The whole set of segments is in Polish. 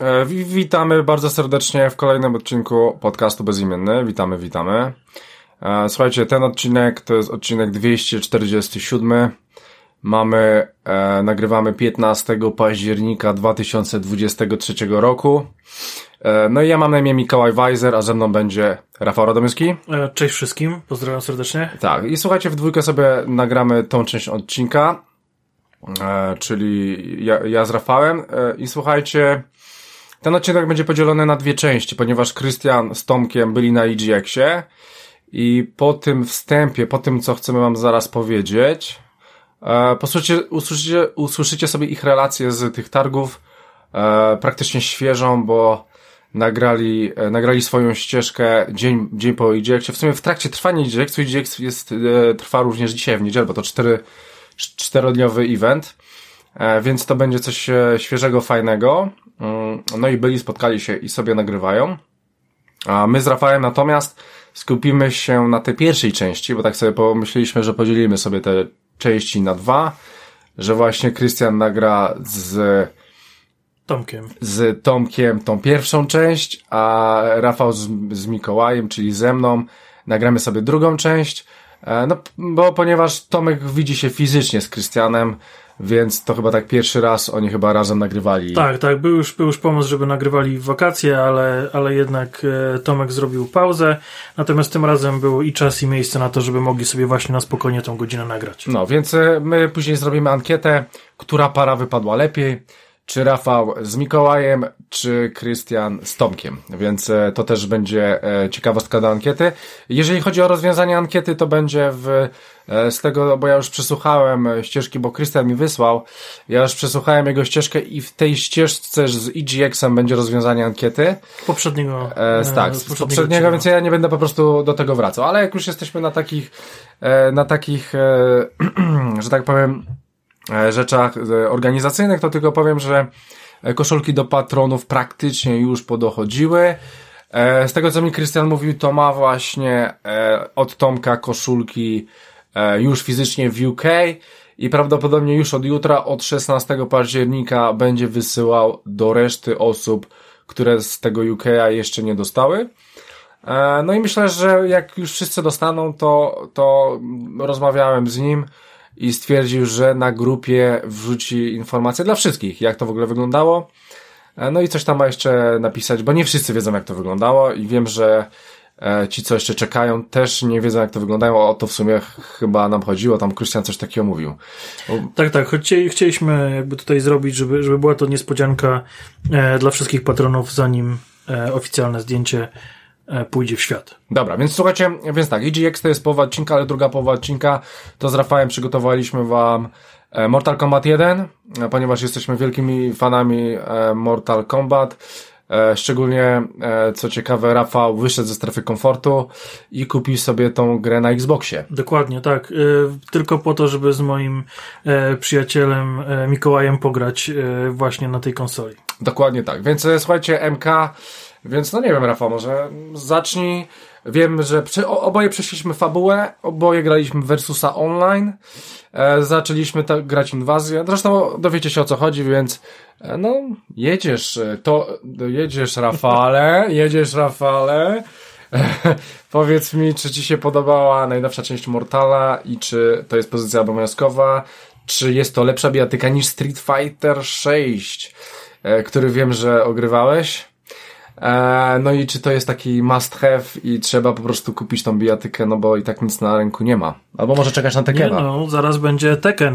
Witamy bardzo serdecznie w kolejnym odcinku podcastu Bezimienny. Witamy. Słuchajcie, ten odcinek to jest odcinek 247. Nagrywamy 15 października 2023 roku. No i ja mam na imię Mikołaj Weiser, a ze mną będzie Rafał Radomyski. Cześć wszystkim, pozdrawiam serdecznie. Tak, i słuchajcie, w dwójkę sobie nagramy tą część odcinka, czyli ja z Rafałem. I słuchajcie, ten odcinek będzie podzielony na dwie części, ponieważ Krystian z Tomkiem byli na EGX-ie i po tym wstępie, po tym co chcemy wam zaraz powiedzieć, usłyszycie sobie ich relację z tych targów, praktycznie świeżą, bo nagrali swoją ścieżkę dzień po EGX-ie, w sumie w trakcie trwania EGX-u. EGX trwa również dzisiaj w niedzielę, bo to 4-dniowy event, więc to będzie coś świeżego, fajnego. No i spotkali się i sobie nagrywają. A my z Rafałem natomiast skupimy się na tej pierwszej części, bo tak sobie pomyśleliśmy, że podzielimy sobie te części na dwa, że właśnie Krystian nagra z Tomkiem tą pierwszą część, a Rafał z Mikołajem, czyli ze mną, nagramy sobie drugą część. No, bo ponieważ Tomek widzi się fizycznie z Krystianem, więc to chyba tak pierwszy raz oni chyba razem nagrywali. Tak, był już pomysł, żeby nagrywali w wakacje, ale jednak Tomek zrobił pauzę, natomiast tym razem było i czas i miejsce na to, żeby mogli sobie właśnie na spokojnie tą godzinę nagrać. No, więc my później zrobimy ankietę, która para wypadła lepiej, czy Rafał z Mikołajem, czy Krystian z Tomkiem, więc to też będzie ciekawostka do ankiety. Jeżeli chodzi o rozwiązanie ankiety, to będzie z tego, bo ja już przesłuchałem ścieżki, bo Krystian mi wysłał, ja już przesłuchałem jego ścieżkę i w tej ścieżce z EGX-em będzie rozwiązanie ankiety. Z poprzedniego, więc ja nie będę po prostu do tego wracał, ale jak już jesteśmy na takich że tak powiem, rzeczach organizacyjnych, to tylko powiem, że koszulki do patronów praktycznie już podochodziły. Z tego, co mi Krystian mówił, to ma właśnie od Tomka koszulki już fizycznie w UK i prawdopodobnie już od jutra, od 16 października będzie wysyłał do reszty osób, które z tego UK-a jeszcze nie dostały. No i myślę, że jak już wszyscy dostaną, to rozmawiałem z nim i stwierdził, że na grupie wrzuci informacje dla wszystkich, jak to w ogóle wyglądało. No i coś tam ma jeszcze napisać, bo nie wszyscy wiedzą, jak to wyglądało i wiem, że ci, co jeszcze czekają, też nie wiedzą, jak to wyglądało. O to w sumie chyba nam chodziło, tam Krystian coś takiego mówił. Tak, choć chcieliśmy jakby tutaj zrobić, żeby była to niespodzianka dla wszystkich patronów, zanim oficjalne zdjęcie pójdzie w świat. Dobra, więc słuchajcie, tak, EGX to jest połowa odcinka, ale druga połowa odcinka to z Rafałem przygotowaliśmy wam Mortal Kombat 1, ponieważ jesteśmy wielkimi fanami Mortal Kombat. Szczególnie, co ciekawe, Rafał wyszedł ze strefy komfortu i kupił sobie tą grę na Xboxie. Dokładnie, tak. Tylko po to, żeby z moim przyjacielem Mikołajem pograć właśnie na tej konsoli. Dokładnie tak. Więc słuchajcie, MK, więc no nie wiem, Rafał, może zacznij. Wiem, że oboje przeszliśmy fabułę, oboje graliśmy Versusa online, zaczęliśmy grać Inwazję, zresztą dowiecie się, o co chodzi, więc no jedziesz Rafale, powiedz mi, czy ci się podobała najnowsza część Mortala i czy to jest pozycja obowiązkowa, czy jest to lepsza bijatyka niż Street Fighter 6, który wiem, że ogrywałeś. No i czy to jest taki must have i trzeba po prostu kupić tą bijatykę, no bo i tak nic na rynku nie ma. Albo może czekać na Tekkena. Nie, no, zaraz będzie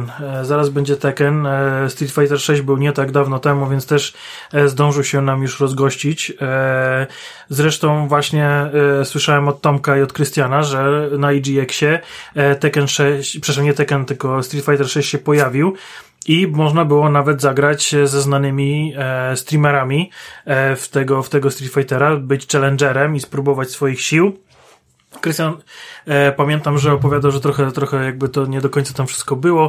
Tekken. Street Fighter 6 był nie tak dawno temu, więc też zdążył się nam już rozgościć. Zresztą właśnie słyszałem od Tomka i od Krystiana, że na EGX-ie Tekken 6, przepraszam, nie Tekken, tylko Street Fighter 6 się pojawił. I można było nawet zagrać ze znanymi streamerami w tego Street Fightera, być challengerem i spróbować swoich sił. Krystian, pamiętam, że opowiadał, że trochę jakby to nie do końca tam wszystko było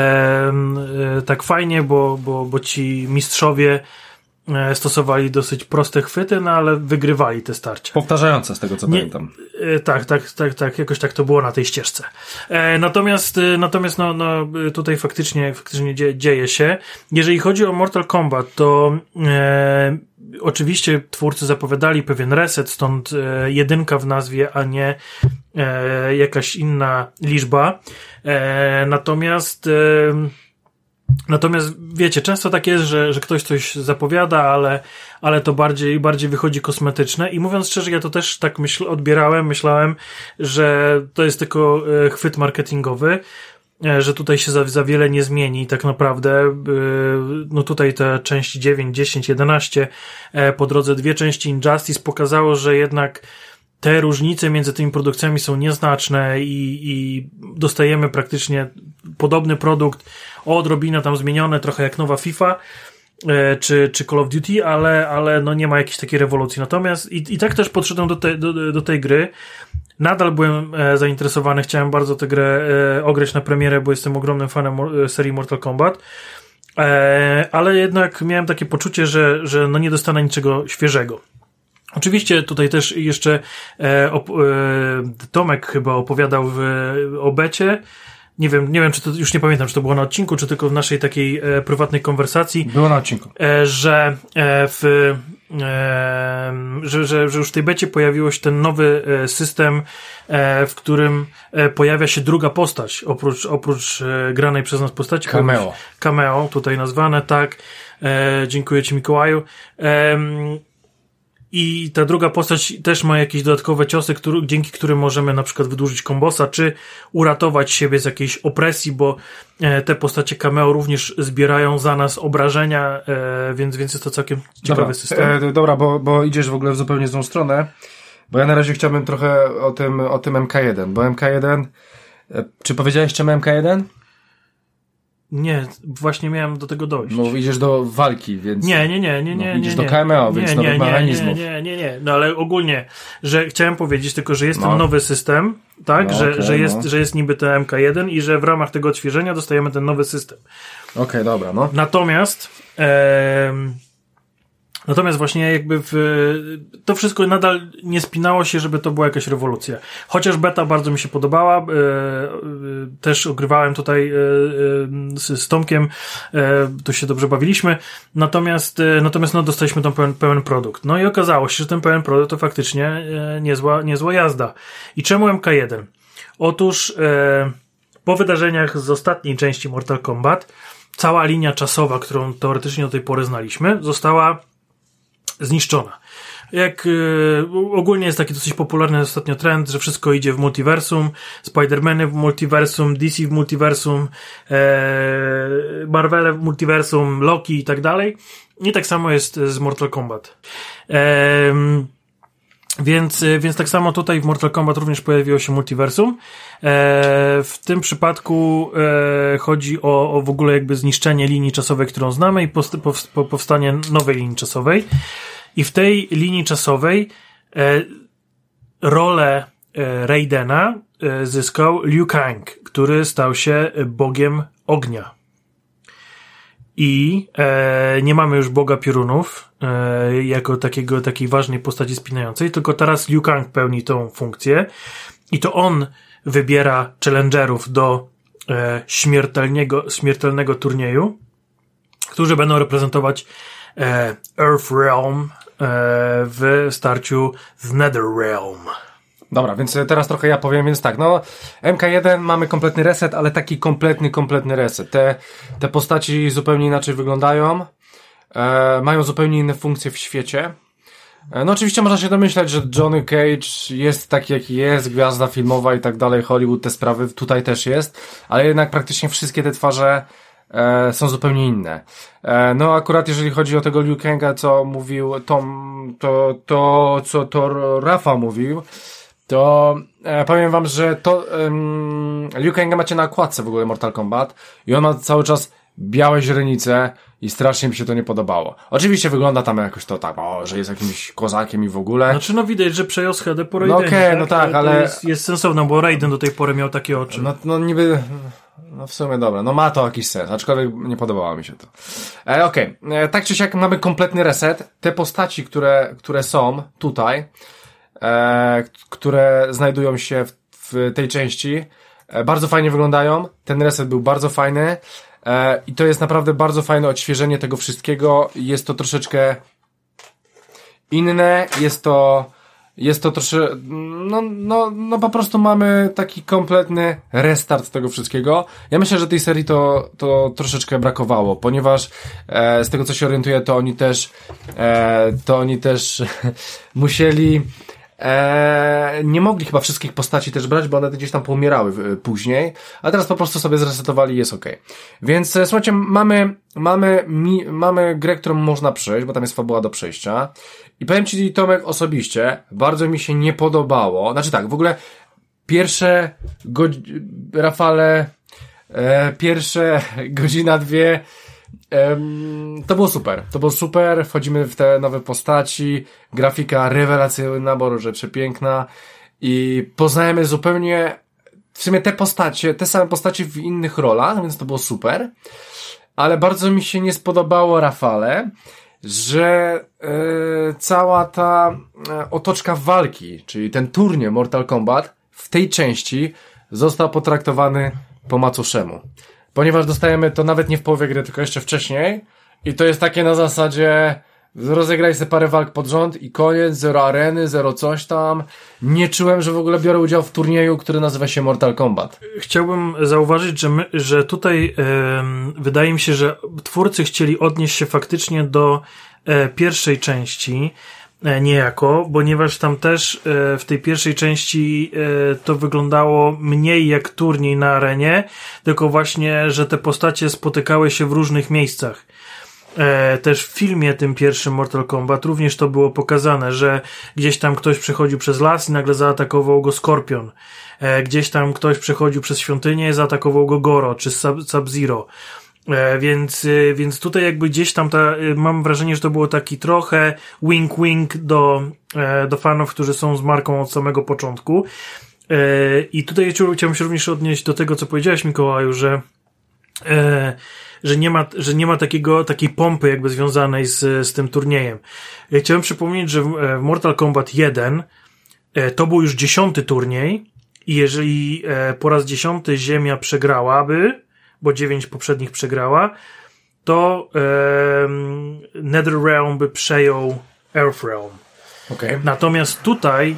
tak fajnie, bo ci mistrzowie stosowali dosyć proste chwyty, no ale wygrywali te starcia. Powtarzające z tego, co pamiętam. Tak, jakoś tak to było na tej ścieżce. Natomiast tutaj faktycznie dzieje się. Jeżeli chodzi o Mortal Kombat, to oczywiście twórcy zapowiadali pewien reset, stąd 1 w nazwie, a nie jakaś inna liczba. Natomiast wiecie, często tak jest, że ktoś coś zapowiada, ale to bardziej wychodzi kosmetyczne i mówiąc szczerze, ja to też tak myślałem, że to jest tylko chwyt marketingowy, że tutaj się za wiele nie zmieni tak naprawdę. No tutaj te części 9, 10, 11, po drodze 2 części Injustice pokazało, że jednak te różnice między tymi produkcjami są nieznaczne i dostajemy praktycznie podobny produkt, odrobinę tam zmienione, trochę jak nowa FIFA czy Call of Duty, ale no nie ma jakiejś takiej rewolucji. Natomiast i tak też podszedłem do tej gry. Nadal byłem zainteresowany, chciałem bardzo tę grę ograć na premierę, bo jestem ogromnym fanem serii Mortal Kombat, ale jednak miałem takie poczucie, że no nie dostanę niczego świeżego. Oczywiście tutaj też jeszcze Tomek chyba opowiadał o becie. Nie wiem, czy to, już nie pamiętam, czy to było na odcinku, czy tylko w naszej takiej prywatnej konwersacji. Było na odcinku. Że już w tej becie pojawił się ten nowy system, w którym pojawia się druga postać, oprócz granej przez nas postaci. Cameo, tutaj nazwane, tak. Dziękuję Ci, Mikołaju. I ta druga postać też ma jakieś dodatkowe ciosy, dzięki którym możemy na przykład wydłużyć kombosa, czy uratować siebie z jakiejś opresji, bo te postacie cameo również zbierają za nas obrażenia, więc jest to całkiem ciekawy system. Dobra, bo idziesz w ogóle w zupełnie złą stronę, bo ja na razie chciałbym trochę o tym MK1, bo MK1, czy powiedziałeś czemu MK1? Nie, właśnie miałem do tego dojść. No idziesz do walki, więc... Nie. Idziesz do KMO, więc nowych mechanizmów. Nie. No ale ogólnie, że chciałem powiedzieć tylko, że jest ten nowy system, tak? Że jest niby ten MK1 i że w ramach tego odświeżenia dostajemy ten nowy system. Okej, dobra, no. Natomiast właśnie jakby to wszystko nadal nie spinało się, żeby to była jakaś rewolucja. Chociaż beta bardzo mi się podobała, też ogrywałem tutaj z Tomkiem, to się dobrze bawiliśmy, natomiast no dostaliśmy tam pełen produkt. No i okazało się, że ten pełen produkt to faktycznie niezła jazda. I czemu MK1? Otóż po wydarzeniach z ostatniej części Mortal Kombat cała linia czasowa, którą teoretycznie do tej pory znaliśmy, została zniszczona. Jak ogólnie jest taki dosyć popularny ostatnio trend, że wszystko idzie w multiversum, Spider-Many w multiversum, DC w multiversum, Marvele w multiversum, Loki i tak dalej. I tak samo jest z Mortal Kombat. Więc tak samo tutaj w Mortal Kombat również pojawiło się multiversum. W tym przypadku chodzi o w ogóle jakby zniszczenie linii czasowej, którą znamy i powstanie nowej linii czasowej. I w tej linii czasowej rolę Raidena zyskał Liu Kang, który stał się bogiem ognia. I nie mamy już boga piorunów jako takiej ważnej postaci spinającej, tylko teraz Liu Kang pełni tą funkcję i to on wybiera challengerów do śmiertelnego turnieju, którzy będą reprezentować Earth Realm w starciu z Netherrealm. Dobra, więc teraz trochę ja powiem, więc tak, no MK1 mamy kompletny reset, ale taki kompletny reset. Te postaci zupełnie inaczej wyglądają, mają zupełnie inne funkcje w świecie. No oczywiście można się domyślać, że Johnny Cage jest taki jaki jest, gwiazda filmowa i tak dalej, Hollywood, te sprawy tutaj też jest, ale jednak praktycznie wszystkie te twarze są zupełnie inne. No akurat jeżeli chodzi o tego Liu Kanga, co mówił co Rafał mówił, to powiem wam, że to Liu Kanga macie na okładce w ogóle Mortal Kombat i on ma cały czas białe źrenice i strasznie mi się to nie podobało. Oczywiście wygląda tam jakoś to tak, że jest jakimś kozakiem i w ogóle. Znaczy no widać, że przejął schedę po Raidenie. No okej, no tak, ale... Jest sensowne, bo Raiden do tej pory miał takie oczy. No niby... No w sumie dobra, no ma to jakiś sens, aczkolwiek nie podobało mi się to. Okej. Tak czy siak mamy kompletny reset. Te postaci, które są tutaj, które znajdują się w tej części, bardzo fajnie wyglądają. Ten reset był bardzo fajny i to jest naprawdę bardzo fajne odświeżenie tego wszystkiego. Jest to troszeczkę inne, jest to troszkę, no po prostu mamy taki kompletny restart tego wszystkiego. Ja myślę, że tej serii to troszeczkę brakowało, ponieważ z tego co się orientuję, to oni też musieli nie mogli chyba wszystkich postaci też brać, bo one gdzieś tam poumierały później, a teraz po prostu sobie zresetowali i jest okej. Więc słuchajcie, mamy grę, którą można przejść, bo tam jest fabuła do przejścia i powiem Ci, Tomek, osobiście bardzo mi się nie podobało, znaczy tak, w ogóle Rafale, pierwsze godzina, 2 to było super, wchodzimy w te nowe postaci, grafika rewelacyjna, Boże, przepiękna i poznajemy zupełnie w sumie te same postacie w innych rolach, więc to było super, ale bardzo mi się nie spodobało, Rafale, że cała ta otoczka walki, czyli ten turniej Mortal Kombat w tej części został potraktowany po macoszemu. Ponieważ dostajemy to nawet nie w połowie gry, tylko jeszcze wcześniej i to jest takie na zasadzie rozegraj sobie parę walk pod rząd i koniec, 0 areny, 0 coś tam. Nie czułem, że w ogóle biorę udział w turnieju, który nazywa się Mortal Kombat. Chciałbym zauważyć, że tutaj wydaje mi się, że twórcy chcieli odnieść się faktycznie do pierwszej części niejako, ponieważ tam też w tej pierwszej części to wyglądało mniej jak turniej na arenie, tylko właśnie, że te postacie spotykały się w różnych miejscach. Też w filmie tym pierwszym Mortal Kombat również to było pokazane, że gdzieś tam ktoś przechodził przez las i nagle zaatakował go Skorpion. Gdzieś tam ktoś przechodził przez świątynię i zaatakował go Goro czy Sub-Zero. Więc tutaj jakby gdzieś tam mam wrażenie, że to było taki trochę wink do fanów, którzy są z marką od samego początku. I tutaj chciałbym się również odnieść do tego, co powiedziałeś, Mikołaju, że nie ma takiej pompy jakby związanej z tym turniejem. Chciałem przypomnieć, że w Mortal Kombat 1 to był już 10. turniej i jeżeli po raz 10 Ziemia przegrałaby, bo 9 poprzednich przegrała, to NetherRealm by przejął EarthRealm. Okay. Natomiast tutaj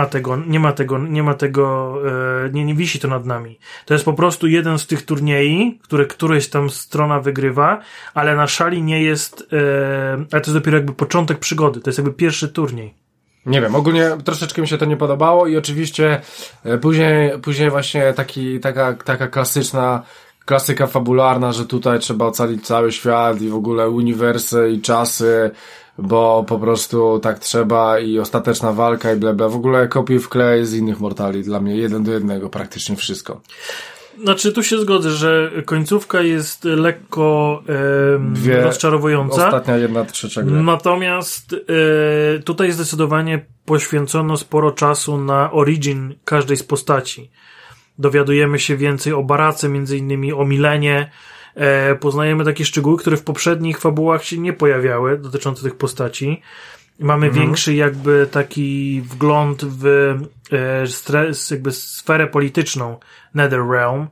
nie wisi to nad nami. To jest po prostu jeden z tych turniej, które któreś tam strona wygrywa, ale na szali nie jest, ale to jest dopiero jakby początek przygody. To jest jakby pierwszy turniej. Nie wiem, ogólnie troszeczkę mi się to nie podobało i oczywiście później właśnie taka klasyka fabularna, że tutaj trzeba ocalić cały świat i w ogóle uniwersy i czasy, bo po prostu tak trzeba i ostateczna walka i bla bla. W ogóle kopiuj wklej z innych Mortali, dla mnie 1:1 praktycznie wszystko. Znaczy tu się zgodzę, że końcówka jest lekko rozczarowująca. Ostatnia 1/3 gry. Natomiast tutaj zdecydowanie poświęcono sporo czasu na origin każdej z postaci. Dowiadujemy się więcej o Barace, między innymi o Milenie. Poznajemy takie szczegóły, które w poprzednich fabułach się nie pojawiały, dotyczące tych postaci. Mamy większy jakby taki wgląd w jakby sferę polityczną NetherRealm.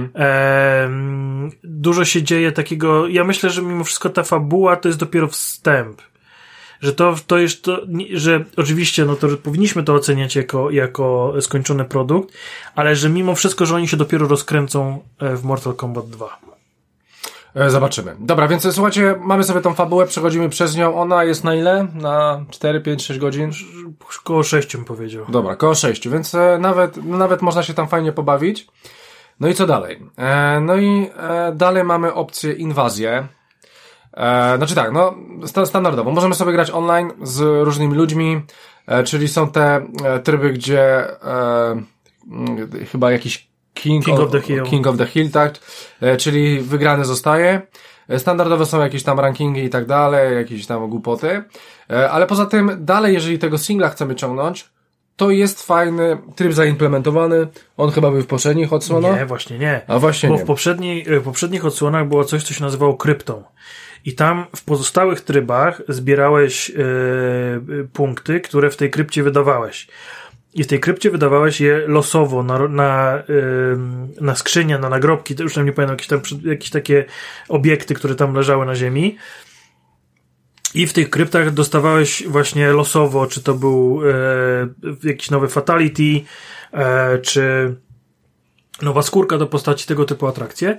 Dużo się dzieje takiego, ja myślę, że mimo wszystko ta fabuła to jest dopiero wstęp. Że to jest to, że oczywiście no to powinniśmy to oceniać jako skończony produkt, ale że mimo wszystko, że oni się dopiero rozkręcą w Mortal Kombat 2. Zobaczymy. Dobra, więc słuchajcie, mamy sobie tą fabułę, przechodzimy przez nią. Ona jest na ile? Na 4, 5, 6 godzin? Koło 6 bym powiedział. Dobra, koło 6, więc nawet można się tam fajnie pobawić. No i co dalej? Dalej mamy opcję inwazję. Znaczy tak, no standardowo. Możemy sobie grać online z różnymi ludźmi, czyli są te tryby, gdzie chyba jakiś King of the Hill, tak? Czyli wygrany zostaje. Standardowe są jakieś tam rankingi i tak dalej, jakieś tam głupoty. Ale poza tym dalej, jeżeli tego singla chcemy ciągnąć, to jest fajny tryb zaimplementowany. On chyba był w poprzednich odsłonach? Nie, właśnie nie. A właśnie bo nie. W poprzednich odsłonach było coś, co się nazywało kryptą. I tam w pozostałych trybach zbierałeś punkty, które w tej krypcie wydawałeś. I w tej krypcie wydawałeś je losowo na skrzynię, na nagrobki, to już tam nie pamiętam, jakieś takie obiekty, które tam leżały na ziemi. I w tych kryptach dostawałeś właśnie losowo, czy to był jakiś nowy fatality, czy nowa skórka do postaci, tego typu atrakcje.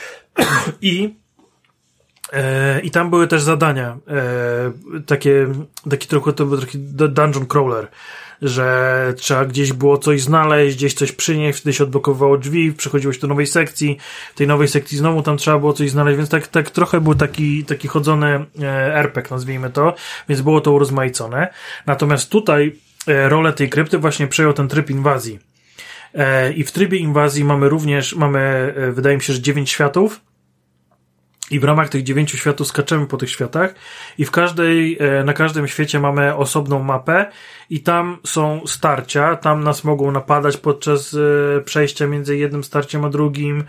I tam były też zadania, taki trochę, to był taki dungeon crawler, że trzeba gdzieś było coś znaleźć, gdzieś coś przynieść, wtedy się odblokowało drzwi, przechodziłeś do nowej sekcji, w tej nowej sekcji znowu tam trzeba było coś znaleźć, więc tak trochę był taki chodzony RPG, nazwijmy to, więc było to urozmaicone. Natomiast tutaj rolę tej krypty właśnie przejął ten tryb inwazji. I w trybie inwazji mamy wydaje mi się, że 9 światów, i w ramach tych 9 światów skaczemy po tych światach i na każdym świecie mamy osobną mapę i tam są starcia, tam nas mogą napadać podczas przejścia między jednym starciem a drugim,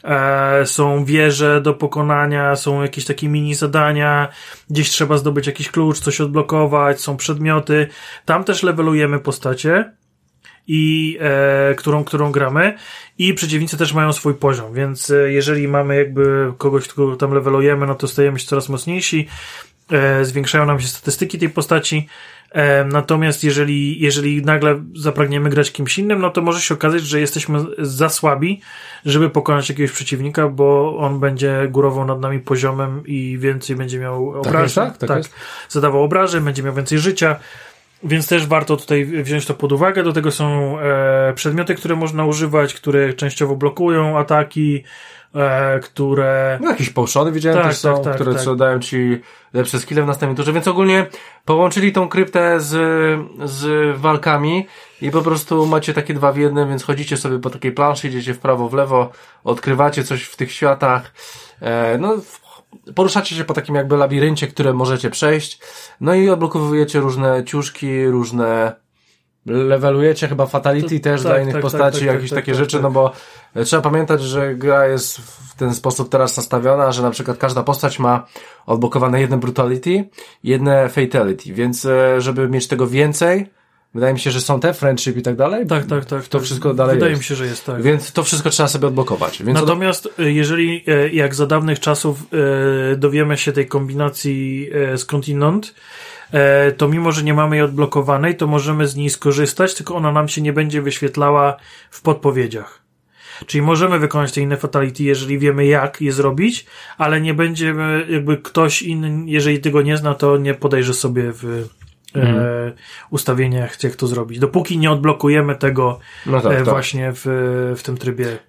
są wieże do pokonania, są jakieś takie mini zadania, gdzieś trzeba zdobyć jakiś klucz, coś odblokować, są przedmioty, tam też levelujemy postacie, i którą gramy, i przeciwnicy też mają swój poziom, więc jeżeli mamy jakby kogoś, kogo tam levelujemy, no to stajemy się coraz mocniejsi, zwiększają nam się statystyki tej postaci, natomiast jeżeli nagle zapragniemy grać kimś innym, no to może się okazać, że jesteśmy za słabi, żeby pokonać jakiegoś przeciwnika, bo on będzie górował nad nami poziomem i więcej będzie miał obrażeń, tak, zadawał obrażeń, będzie miał więcej życia. Więc też warto tutaj wziąć to pod uwagę. Do tego są przedmioty, które można używać, które częściowo blokują ataki, które... No jakieś połszony widziałem też są, które dają ci lepsze skille w następnej turze, więc ogólnie połączyli tą kryptę z walkami i po prostu macie takie 2 w 1, więc chodzicie sobie po takiej planszy, idziecie w prawo, w lewo, odkrywacie coś w tych światach, poruszacie się po takim jakby labiryncie, które możecie przejść, no i odblokowujecie różne ciuszki, różne levelujecie chyba fatality też dla innych postaci, jakieś takie rzeczy, no bo trzeba pamiętać, że gra jest w ten sposób teraz nastawiona, że na przykład każda postać ma odblokowane jedne brutality i jedne fatality, więc żeby mieć tego więcej, wydaje mi się, że są te friendship i tak dalej. Tak. To wszystko dalej wydaje jest. Mi się, że jest tak. Więc to wszystko trzeba sobie odblokować. Więc natomiast jeżeli jak za dawnych czasów dowiemy się tej kombinacji skądinąd, to mimo, że nie mamy jej odblokowanej, to możemy z niej skorzystać, tylko ona nam się nie będzie wyświetlała w podpowiedziach. Czyli możemy wykonać te inne fatality, jeżeli wiemy jak je zrobić, ale nie będziemy, jakby ktoś inny, jeżeli tego nie zna, to nie podejrzy sobie w ustawieniach, jak to zrobić. Dopóki nie odblokujemy tego właśnie w tym trybie.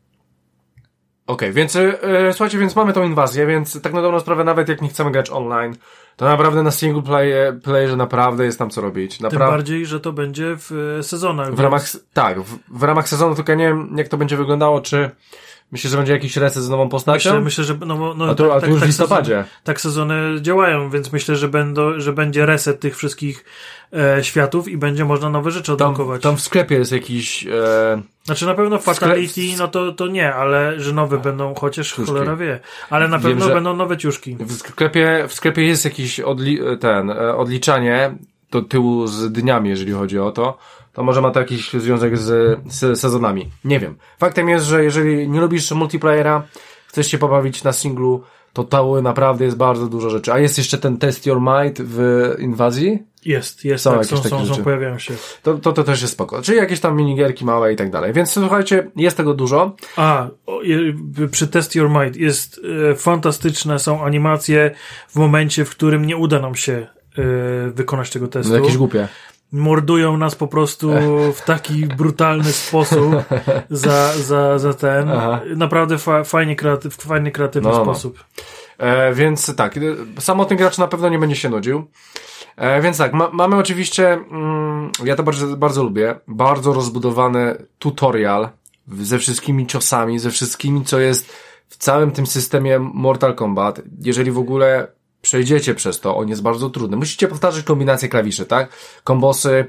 Okej, więc słuchajcie, więc mamy tą inwazję, więc tak na dobrą sprawę, nawet jak nie chcemy grać online, to naprawdę na single playerze naprawdę jest tam co robić. Tym bardziej, że to będzie w sezonach. W ramach sezonu, tylko nie wiem jak to będzie wyglądało, czy myślę, że będzie jakiś reset z nową postacią? Myślę, że a tu już w listopadzie. Tak sezony działają, więc myślę, że będzie reset tych wszystkich światów i będzie można nowe rzeczy odblokować. Tam w sklepie jest jakiś... Znaczy na pewno fatality, no to nie, ale że nowe będą, chociaż ciuszki. Cholera wie. Ale na pewno będą nowe ciuszki. W sklepie jest jakieś odliczanie do tyłu z dniami, jeżeli chodzi o to. To może ma to jakiś związek z sezonami. Nie wiem. Faktem jest, że jeżeli nie lubisz multiplayera, chcesz się pobawić na singlu, to naprawdę jest bardzo dużo rzeczy. A jest jeszcze ten Test Your Might w Inwazji? Jest, są, pojawiają się. To też jest spoko. Czyli jakieś tam minigierki małe i tak dalej. Więc słuchajcie, jest tego dużo. Przy Test Your Might jest fantastyczne, są animacje w momencie, w którym nie uda nam się wykonać tego testu. Jakieś głupie. Mordują nas po prostu w taki brutalny sposób za ten. Aha. Naprawdę fajnie kreatywny sposób. Więc tak, samotny gracz na pewno nie będzie się nudził. Więc tak, mamy oczywiście, ja to bardzo, bardzo lubię, bardzo rozbudowany tutorial ze wszystkimi ciosami, ze wszystkimi, co jest w całym tym systemie Mortal Kombat. Jeżeli w ogóle przejdziecie przez to, on jest bardzo trudny. Musicie powtarzać kombinacje klawiszy, tak? Kombosy,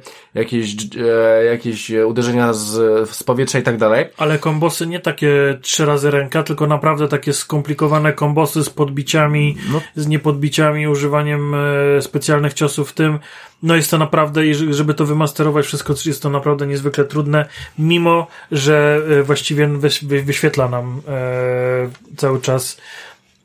jakieś uderzenia z powietrza i tak dalej. Ale kombosy nie takie 3 razy ręka, tylko naprawdę takie skomplikowane kombosy z podbiciami, z niepodbiciami, używaniem specjalnych ciosów w tym. No jest to naprawdę, żeby to wymasterować wszystko, jest to naprawdę niezwykle trudne, mimo że właściwie wyświetla nam cały czas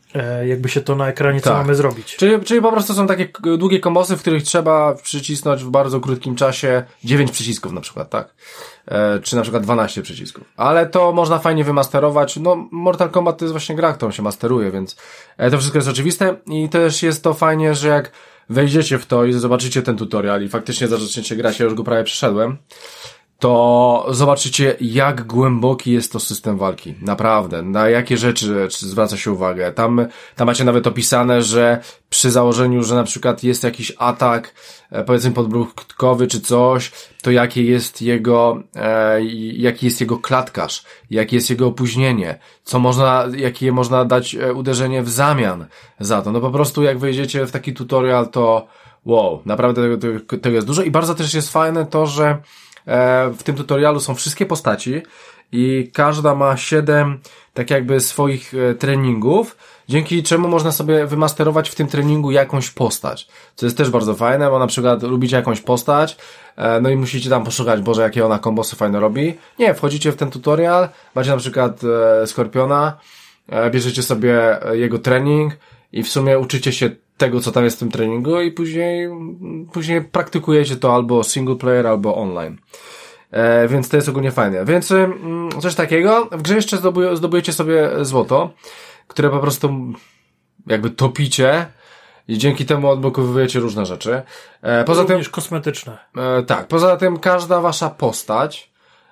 jakby się to na ekranie, co mamy zrobić. Czyli po prostu są takie długie kombosy, w których trzeba przycisnąć w bardzo krótkim czasie 9 przycisków na przykład, tak? Czy na przykład 12 przycisków. Ale to można fajnie wymasterować. No, Mortal Kombat to jest właśnie gra, którą się masteruje, więc to wszystko jest oczywiste i też jest to fajnie, że jak wejdziecie w to i zobaczycie ten tutorial i faktycznie zaczniecie grać, ja już go prawie przeszedłem, to zobaczycie, jak głęboki jest to system walki. Naprawdę. Na jakie rzeczy zwraca się uwagę. Tam macie nawet opisane, że przy założeniu, że na przykład jest jakiś atak, powiedzmy podbródkowy czy coś, to jaki jest jego klatkarz, jakie jest jego opóźnienie, jakie można dać uderzenie w zamian za to. No po prostu jak wejdziecie w taki tutorial, to wow, naprawdę tego jest dużo i bardzo też jest fajne to, że w tym tutorialu są wszystkie postaci i każda ma 7 tak jakby swoich treningów, dzięki czemu można sobie wymasterować w tym treningu jakąś postać, co jest też bardzo fajne, bo na przykład lubicie jakąś postać, no i musicie tam poszukać, Boże, jakie ona kombosy fajne robi. Nie, wchodzicie w ten tutorial, macie na przykład Skorpiona, bierzecie sobie jego trening i w sumie uczycie się tego, co tam jest w tym treningu i później praktykujecie to albo single player, albo online. Więc to jest ogólnie fajne. Więc coś takiego. W grze jeszcze zdobujecie sobie złoto, które po prostu jakby topicie i dzięki temu odblokowujecie różne rzeczy. Poza również tym kosmetyczne. Tak. Poza tym każda wasza postać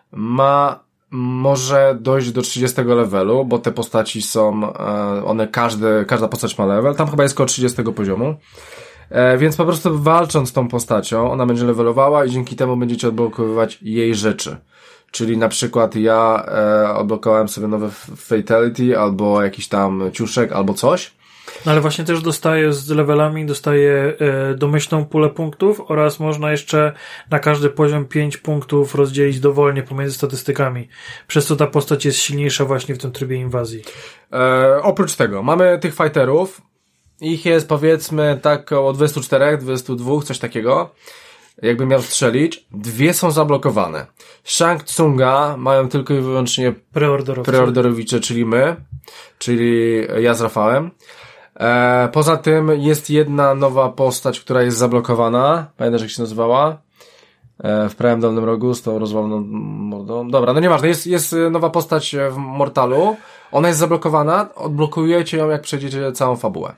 może dojść do 30 levelu, bo te postaci są, każda postać ma level, tam chyba jest około 30 poziomu, więc po prostu walcząc z tą postacią, ona będzie levelowała i dzięki temu będziecie odblokowywać jej rzeczy. Czyli na przykład ja odblokowałem sobie nowe Fatality, albo jakiś tam ciuszek, albo coś. No ale właśnie też z levelami dostaje domyślną pulę punktów oraz można jeszcze na każdy poziom 5 punktów rozdzielić dowolnie pomiędzy statystykami. Przez co ta postać jest silniejsza właśnie w tym trybie inwazji. Oprócz tego mamy tych fighterów. Ich jest powiedzmy tak około 24, 22, coś takiego. Jakbym miał strzelić. 2 są zablokowane. Shang Tsunga mają tylko i wyłącznie preorderowicze, czyli my. Czyli ja z Rafałem. Poza tym jest jedna nowa postać, która jest zablokowana. Pamiętasz, jak się nazywała? W prawym dolnym rogu z tą rozwaloną mordą. Dobra, no nieważne. Jest nowa postać w Mortalu. Ona jest zablokowana. Odblokujecie ją, jak przejdziecie całą fabułę.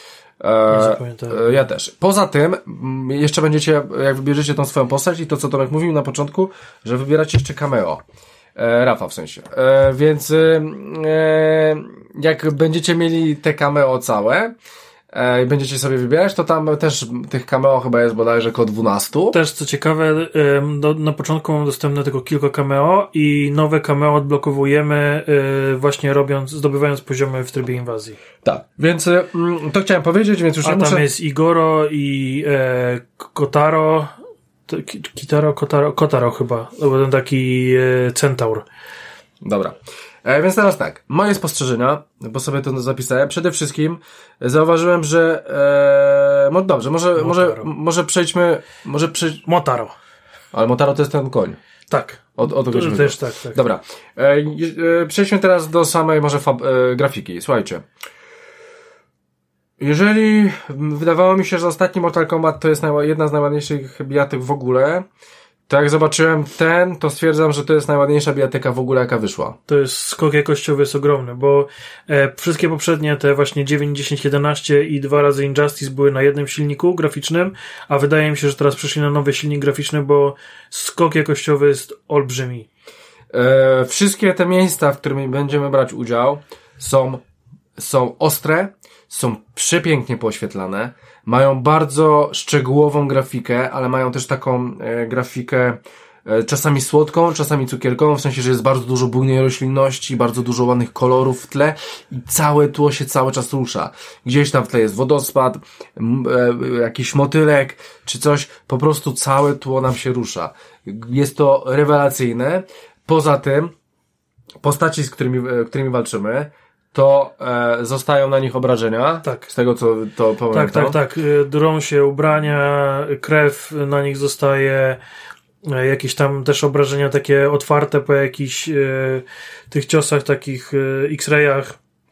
Ja też. Poza tym jeszcze będziecie, jak wybierzecie tą swoją postać i to, co Tomek mówił na początku, że wybieracie jeszcze cameo. Rafa w sensie. Więc jak będziecie mieli te cameo całe i będziecie sobie wybierać, to tam też tych cameo chyba jest bodajże około 12. Też co ciekawe, na początku mam dostępne tylko kilka cameo i nowe cameo odblokowujemy właśnie zdobywając poziomy w trybie inwazji. Tak, więc to chciałem powiedzieć, więc już nie muszę... tam jest Igoro i Kotaro, Kotaro chyba, to był ten taki centaur. Dobra. Więc teraz tak, moje spostrzeżenia, bo sobie to zapisałem. Przede wszystkim zauważyłem, że dobrze, może przejdźmy... Motaro. Ale Motaro to jest ten koń. Tak. O to chodzi. Też tak. Dobra. Przejdźmy teraz do samej może grafiki. Słuchajcie. Jeżeli wydawało mi się, że ostatni Mortal Kombat to jest jedna z najładniejszych bijatyk w ogóle, to jak zobaczyłem to stwierdzam, że to jest najładniejsza bijatyka w ogóle, jaka wyszła. To jest skok jakościowy, jest ogromny, bo wszystkie poprzednie, te właśnie 9, 10, 11 i 2 razy Injustice były na jednym silniku graficznym, a wydaje mi się, że teraz przeszli na nowy silnik graficzny, bo skok jakościowy jest olbrzymi. Wszystkie te miejsca, w których będziemy brać udział, są ostre, są przepięknie pooświetlane, mają bardzo szczegółową grafikę, ale mają też taką grafikę czasami słodką, czasami cukierkową, w sensie, że jest bardzo dużo bujnej roślinności, bardzo dużo ładnych kolorów w tle i całe tło się cały czas rusza. Gdzieś tam w tle jest wodospad, jakiś motylek, czy coś, po prostu całe tło nam się rusza. Jest to rewelacyjne. Poza tym, postaci, z którymi walczymy, to zostają na nich obrażenia. Tak. Z tego, co to pamiętam. Tak. Drą się ubrania, krew na nich zostaje, jakieś tam też obrażenia takie otwarte po jakichś tych ciosach, takich X-rayach.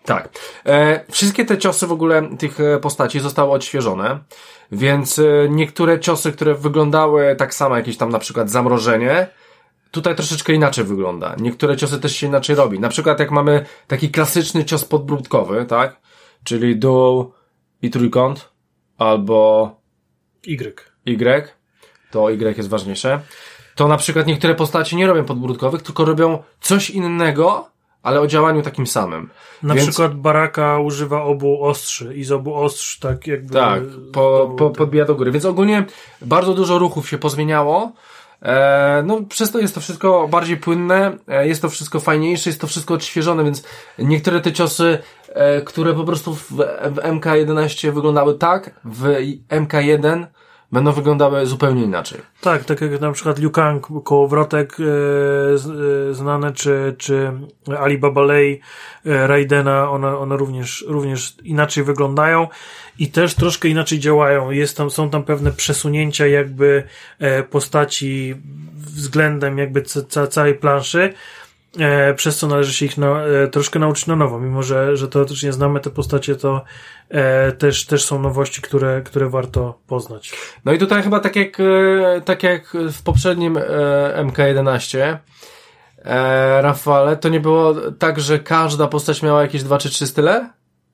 Tak. Wszystkie te ciosy w ogóle tych postaci zostały odświeżone, więc niektóre ciosy, które wyglądały tak samo, jakieś tam na przykład zamrożenie, tutaj troszeczkę inaczej wygląda. Niektóre ciosy też się inaczej robi. Na przykład jak mamy taki klasyczny cios podbródkowy, tak? Czyli dół i trójkąt, albo Y, to Y jest ważniejsze. To na przykład niektóre postaci nie robią podbródkowych, tylko robią coś innego, ale o działaniu takim samym. Na przykład Baraka używa obu ostrzy i z obu ostrz tak jakby... Tak, podbija do góry. Więc ogólnie bardzo dużo ruchów się pozmieniało. No przez to jest to wszystko bardziej płynne, jest to wszystko fajniejsze, jest to wszystko odświeżone, więc niektóre te ciosy, które po prostu w MK11 wyglądały tak, w MK1 będą wyglądały zupełnie inaczej. Tak, tak jak na przykład Liu Kang, kołowrotek znane, czy Alibaba Lei Raidena, one również inaczej wyglądają i też troszkę inaczej działają. Są tam pewne przesunięcia jakby postaci względem jakby całej planszy, przez co należy się ich troszkę nauczyć na nowo, mimo że teoretycznie znamy te postacie, to też są nowości, które warto poznać. No i tutaj chyba tak jak w poprzednim MK11 Rafale, to nie było tak, że każda postać miała jakieś 2 czy 3 style?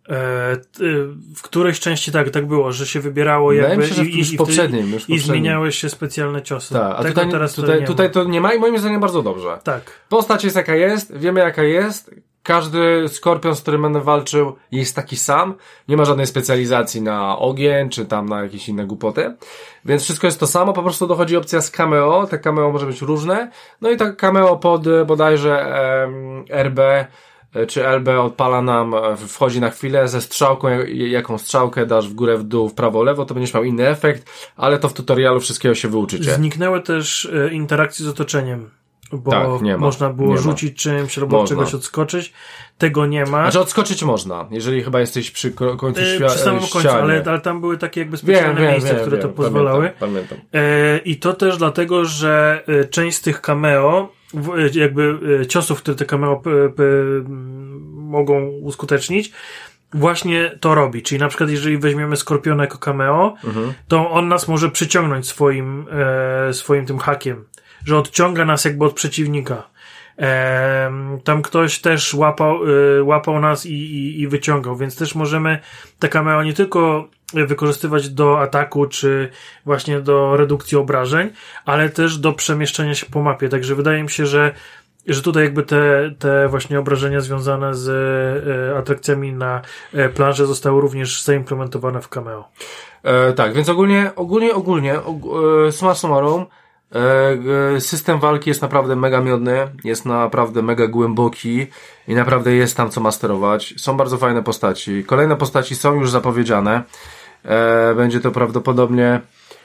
W którejś części tak było, że się wybierało jakby się, że już poprzednim. I zmieniały się specjalne ciosy. Tak, a tutaj to nie ma i moim zdaniem bardzo dobrze. Tak. Postać jest jaka jest, wiemy jaka jest, każdy skorpion, z którym będę walczył, jest taki sam, nie ma żadnej specjalizacji na ogień, czy tam na jakieś inne głupoty, więc wszystko jest to samo, po prostu dochodzi opcja z cameo, te cameo może być różne, no i tak cameo pod bodajże RB czy LB odpala nam, wchodzi na chwilę ze strzałką, jaką strzałkę dasz w górę, w dół, w prawo, lewo, to będziesz miał inny efekt, ale to w tutorialu wszystkiego się wyuczycie. Zniknęły też interakcje z otoczeniem, bo tak, można było rzucić czymś albo od czegoś odskoczyć. Tego nie ma. Znaczy odskoczyć można, jeżeli chyba jesteś przy końcu przy samym końcu, ale tam były takie jakby specjalne miejsca, które to pozwalały. Pamiętam. I to też dlatego, że część z tych cameo, jakby ciosów, które te cameo mogą uskutecznić, właśnie to robi. Czyli na przykład jeżeli weźmiemy Skorpiona jako cameo, to on nas może przyciągnąć swoim tym hakiem, że odciąga nas jakby od przeciwnika. Tam ktoś też łapał nas i wyciągał, więc też możemy te cameo nie tylko wykorzystywać do ataku, czy właśnie do redukcji obrażeń, ale też do przemieszczania się po mapie. Także wydaje mi się, że tutaj jakby te właśnie obrażenia związane z atrakcjami na planszy zostały również zaimplementowane w cameo. Tak, więc ogólnie summa summarum, system walki jest naprawdę mega miodny, jest naprawdę mega głęboki i naprawdę jest tam co masterować. Są bardzo fajne postaci. Kolejne postaci są już zapowiedziane. Będzie to prawdopodobnie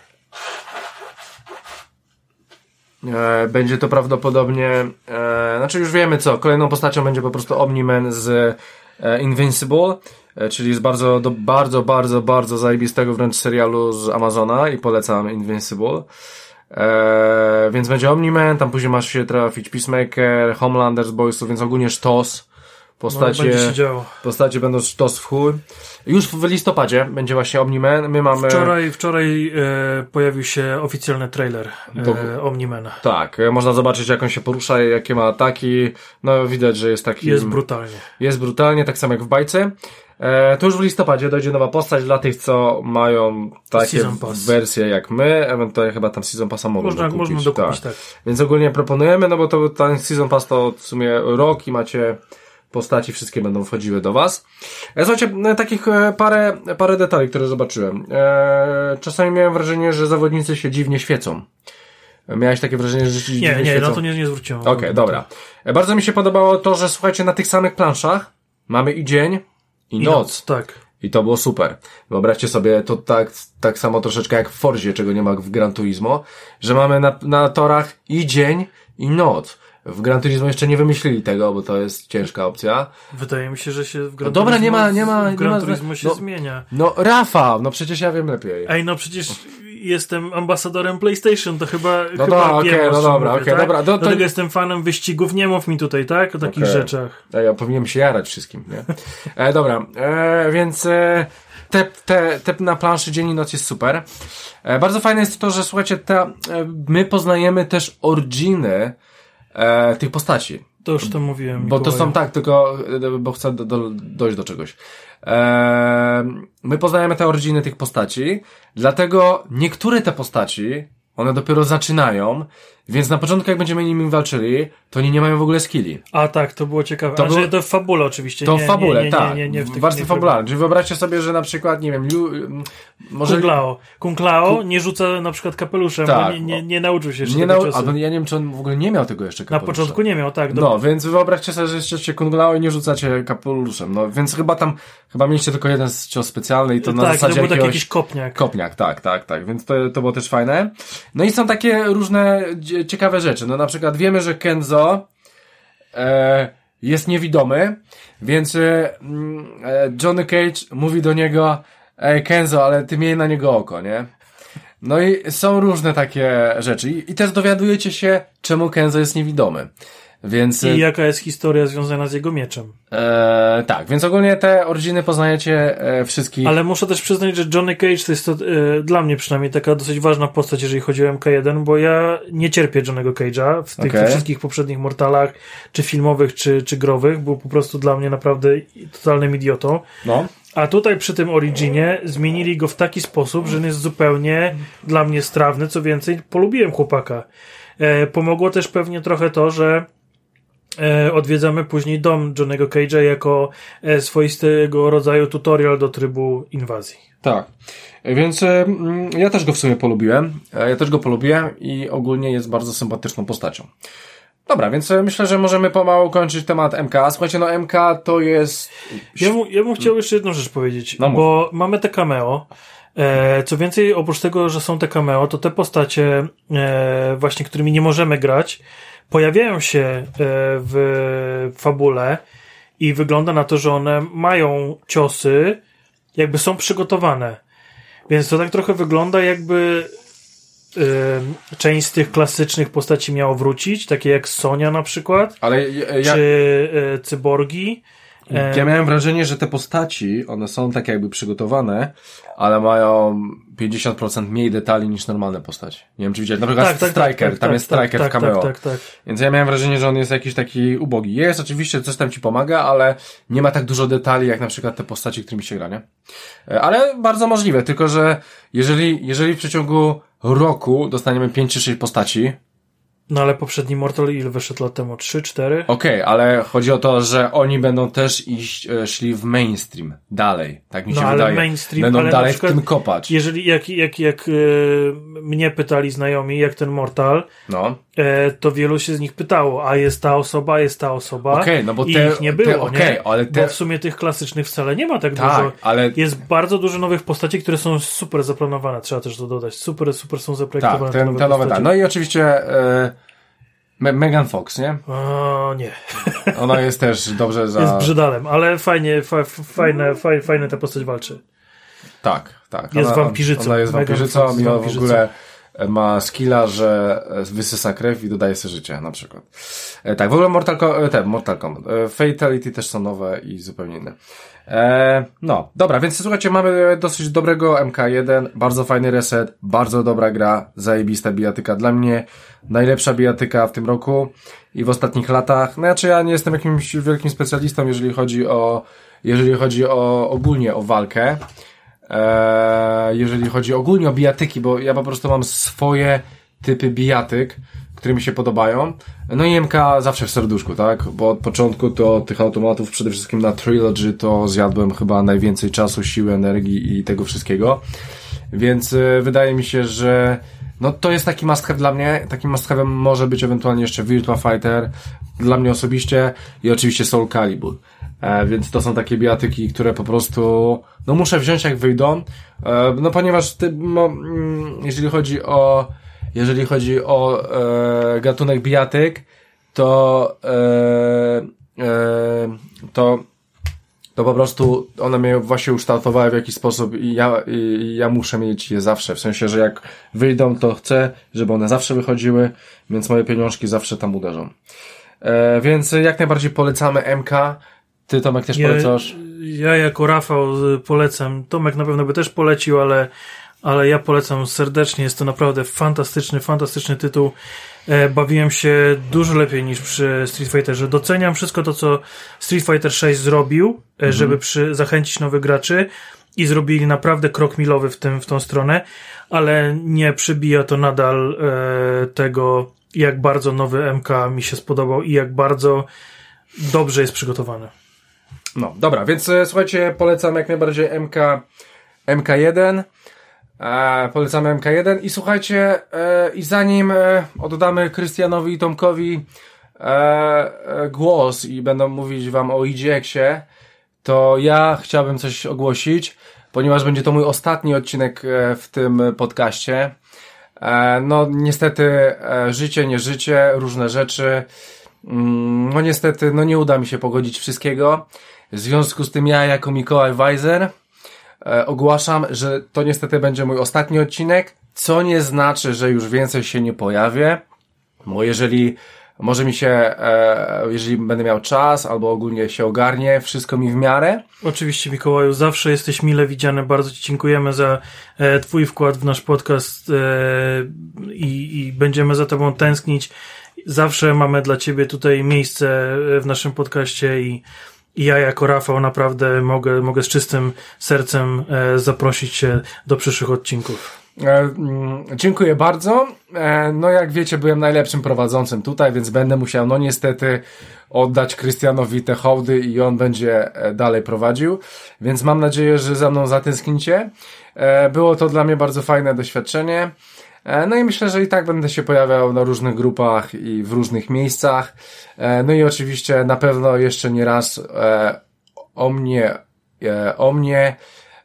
znaczy już wiemy co. Kolejną postacią będzie po prostu Omni-Man z Invincible, czyli z bardzo zajebistego wręcz serialu z Amazona i polecam Invincible. Więc będzie Omni-Man, tam później masz się trafić Peacemaker, Homelander z Boysów, więc ogólnie sztos. Postacie będą sztos w chuj. Już w listopadzie będzie właśnie Omni-Man. My mamy... Wczoraj pojawił się oficjalny trailer Omni-Mana. Tak, można zobaczyć jak on się porusza, jakie ma ataki. No widać, że jest taki... Jest brutalnie, tak samo jak w bajce. To już w listopadzie dojdzie nowa postać dla tych, co mają takie wersje jak my, ewentualnie chyba tam Season Passa można dokupić. Tak. Więc ogólnie proponujemy, no bo to ten Season Pass to w sumie rok i macie postaci, wszystkie będą wchodziły do was. Słuchajcie, takich parę detali, które zobaczyłem. Czasami miałem wrażenie, że zawodnicy się dziwnie świecą. Miałeś takie wrażenie, że się dziwnie świecą? Nie, no to nie zwróciłem. Okej, dobra. Bardzo mi się podobało to, że słuchajcie, na tych samych planszach mamy i dzień, i noc. Tak. I to było super. Wyobraźcie sobie, to tak samo troszeczkę jak w Forzie, czego nie ma w Gran Turismo, że mamy na torach i dzień, i noc. W Gran Turismo jeszcze nie wymyślili tego, bo to jest ciężka opcja. Wydaje mi się, że się w Gran Turismo... Dobra, Gran Turismo się zmienia. No Rafał, no przecież ja wiem lepiej. Ej, no przecież jestem ambasadorem PlayStation, to chyba no dobra, Do tego jestem fanem wyścigów, nie mów mi tutaj, tak? O takich rzeczach. Ja powinienem się jarać wszystkim, nie? Dobra, więc te na planszy dzień i noc jest super. Bardzo fajne jest to, że słuchajcie, my poznajemy też originy tych postaci. To już to mówiłem. Bo to są bo chcę dojść do czegoś. My poznajemy te originy tych postaci, dlatego niektóre te postaci, one dopiero zaczynają, więc na początku jak będziemy nimi walczyli, to oni nie mają w ogóle skilli. A tak, to było ciekawe. To w fabule oczywiście. To w fabule, tak. Nie, w warstwie fabularnej. Czyli wyobraźcie sobie, że na przykład, nie wiem, może... Kung Lao nie rzuca na przykład kapeluszem, bo nie nauczył się jeszcze tego ciosu. Albo ja nie wiem, czy on w ogóle nie miał tego jeszcze kapelusza. Na początku nie miał, tak. No, więc wyobraźcie sobie, że jesteście Kung Lao i nie rzucacie kapeluszem. No, więc chyba mieliście tylko jeden cios specjalny i to na zasadzie to był taki jakiś kopniak. Kopniak, tak. Więc to było też fajne. No i są takie różne ciekawe rzeczy. No na przykład wiemy, że Kenzo jest niewidomy, więc Johnny Cage mówi do niego: ej Kenzo, ale ty miej na niego oko, nie? No i są różne takie rzeczy. I też dowiadujecie się, czemu Kenzo jest niewidomy. Więc, i jaka jest historia związana z jego mieczem. Tak, więc ogólnie te originy poznajecie wszystkich. Ale muszę też przyznać, że Johnny Cage to jest dla mnie przynajmniej taka dosyć ważna postać, jeżeli chodzi o MK1, bo ja nie cierpię Johnny'ego Cage'a w tych wszystkich poprzednich Mortalach, czy filmowych, czy growych. Był po prostu dla mnie naprawdę totalnym idiotą. No. A tutaj przy tym Originie zmienili go w taki sposób, że on jest zupełnie dla mnie strawny. Co więcej, polubiłem chłopaka. Pomogło też pewnie trochę to, że odwiedzamy później dom Johnny'ego Cage'a jako swoistego rodzaju tutorial do trybu inwazji. Tak. Więc ja też go w sumie polubiłem. Ja też go polubiłem i ogólnie jest bardzo sympatyczną postacią. Dobra, więc myślę, że możemy pomału kończyć temat MK. Słuchajcie, no MK to jest... Ja bym chciał jeszcze jedną rzecz powiedzieć, bo mamy te cameo. Co więcej, oprócz tego, że są te cameo, to te postacie właśnie, którymi nie możemy grać, pojawiają się w fabule i wygląda na to, że one mają ciosy, jakby są przygotowane. Więc to tak trochę wygląda, jakby część z tych klasycznych postaci miało wrócić, takie jak Sonia na przykład, czy cyborgi. Ja miałem wrażenie, że te postaci, one są tak jakby przygotowane, ale mają 50% mniej detali niż normalne postaci. Nie wiem, czy widziałeś. Na przykład Striker, tam jest Striker w cameo. Tak. Więc ja miałem wrażenie, że on jest jakiś taki ubogi. Jest oczywiście, coś tam ci pomaga, ale nie ma tak dużo detali, jak na przykład te postaci, którymi się gra, nie? Ale bardzo możliwe, tylko że jeżeli w przeciągu roku dostaniemy 5 czy 6 postaci, no ale poprzedni Mortal ile wyszedł lat temu? 3-4? Okej, ale chodzi o to, że oni będą też szli w mainstream dalej, tak mi się wydaje. Mainstream, będą ale dalej w tym kopać. Jeżeli jak mnie pytali znajomi, jak ten Mortal, to wielu się z nich pytało, a jest ta osoba, Okej, no bo i ich nie było, ale bo w sumie tych klasycznych wcale nie ma tak dużo. Ale... Jest bardzo dużo nowych postaci, które są super zaplanowane, trzeba też to dodać. Super są zaprojektowane te nowe postaci. No i oczywiście Megan Fox, nie? O, nie. Ona jest też dobrze Jest brzydalem, ale fajne ta postać walczy. Tak. Jest wampirzycą. Ona jest wampirzycą i w ogóle ma skilla, że wysysa krew i dodaje sobie życie, na przykład. Tak, w ogóle Mortal Kombat. Fatality też są nowe i zupełnie inne. No, dobra, więc słuchajcie, mamy dosyć dobrego MK1, bardzo fajny reset, bardzo dobra gra, zajebista bijatyka. Dla mnie najlepsza bijatyka w tym roku i w ostatnich latach. Znaczy ja nie jestem jakimś wielkim specjalistą, jeżeli chodzi o ogólnie o walkę. Jeżeli chodzi ogólnie o bijatyki, bo ja po prostu mam swoje typy bijatyk, które mi się podobają. No i MK zawsze w serduszku, tak? Bo od początku to tych automatów, przede wszystkim na Trilogy, to zjadłem chyba najwięcej czasu, siły, energii i tego wszystkiego. Więc wydaje mi się, że no to jest taki must have dla mnie. Takim must have'em może być ewentualnie jeszcze Virtua Fighter dla mnie osobiście i oczywiście Soul Calibur. Więc to są takie bijatyki, które po prostu no muszę wziąć jak wyjdą. No ponieważ jeżeli chodzi o gatunek bijatyk, to to po prostu one mnie właśnie ukształtowały w jakiś sposób i ja muszę mieć je zawsze. W sensie, że jak wyjdą, to chcę, żeby one zawsze wychodziły, więc moje pieniążki zawsze tam uderzą. Więc jak najbardziej polecamy MK. Ty, Tomek, też polecasz? Ja jako Rafał polecam. Tomek na pewno by też polecił, ale ja polecam serdecznie. Jest to naprawdę fantastyczny tytuł. Bawiłem się dużo lepiej niż przy Street Fighterze. Doceniam wszystko to, co Street Fighter 6 zrobił, żeby zachęcić nowych graczy i zrobili naprawdę krok milowy w tą stronę, ale nie przybija to nadal tego, jak bardzo nowy MK mi się spodobał i jak bardzo dobrze jest przygotowany. No, dobra, więc słuchajcie, polecam jak najbardziej MK1. Polecamy MK1 i słuchajcie, i zanim oddamy Krystianowi i Tomkowi głos i będą mówić wam o EGX-ie, to ja chciałbym coś ogłosić, ponieważ będzie to mój ostatni odcinek w tym podcaście. No niestety życie, nie życie, różne rzeczy. No niestety, no nie uda mi się pogodzić wszystkiego. W związku z tym ja jako Mikołaj Weiser ogłaszam, że to niestety będzie mój ostatni odcinek, co nie znaczy, że już więcej się nie pojawię, bo jeżeli będę miał czas, albo ogólnie się ogarnie, wszystko mi w miarę. Oczywiście, Mikołaju, zawsze jesteś mile widziany, bardzo Ci dziękujemy za Twój wkład w nasz podcast i będziemy za Tobą tęsknić. Zawsze mamy dla Ciebie tutaj miejsce w naszym podcaście i ja jako Rafał naprawdę mogę z czystym sercem zaprosić Cię do przyszłych odcinków. Dziękuję bardzo. No jak wiecie, byłem najlepszym prowadzącym tutaj, więc będę musiał no niestety oddać Krystianowi te hołdy i on będzie dalej prowadził, więc mam nadzieję, że za mną zatęsknicie. Było to dla mnie bardzo fajne doświadczenie. No i myślę, że i tak będę się pojawiał na różnych grupach i w różnych miejscach. No i oczywiście na pewno jeszcze nie raz o mnie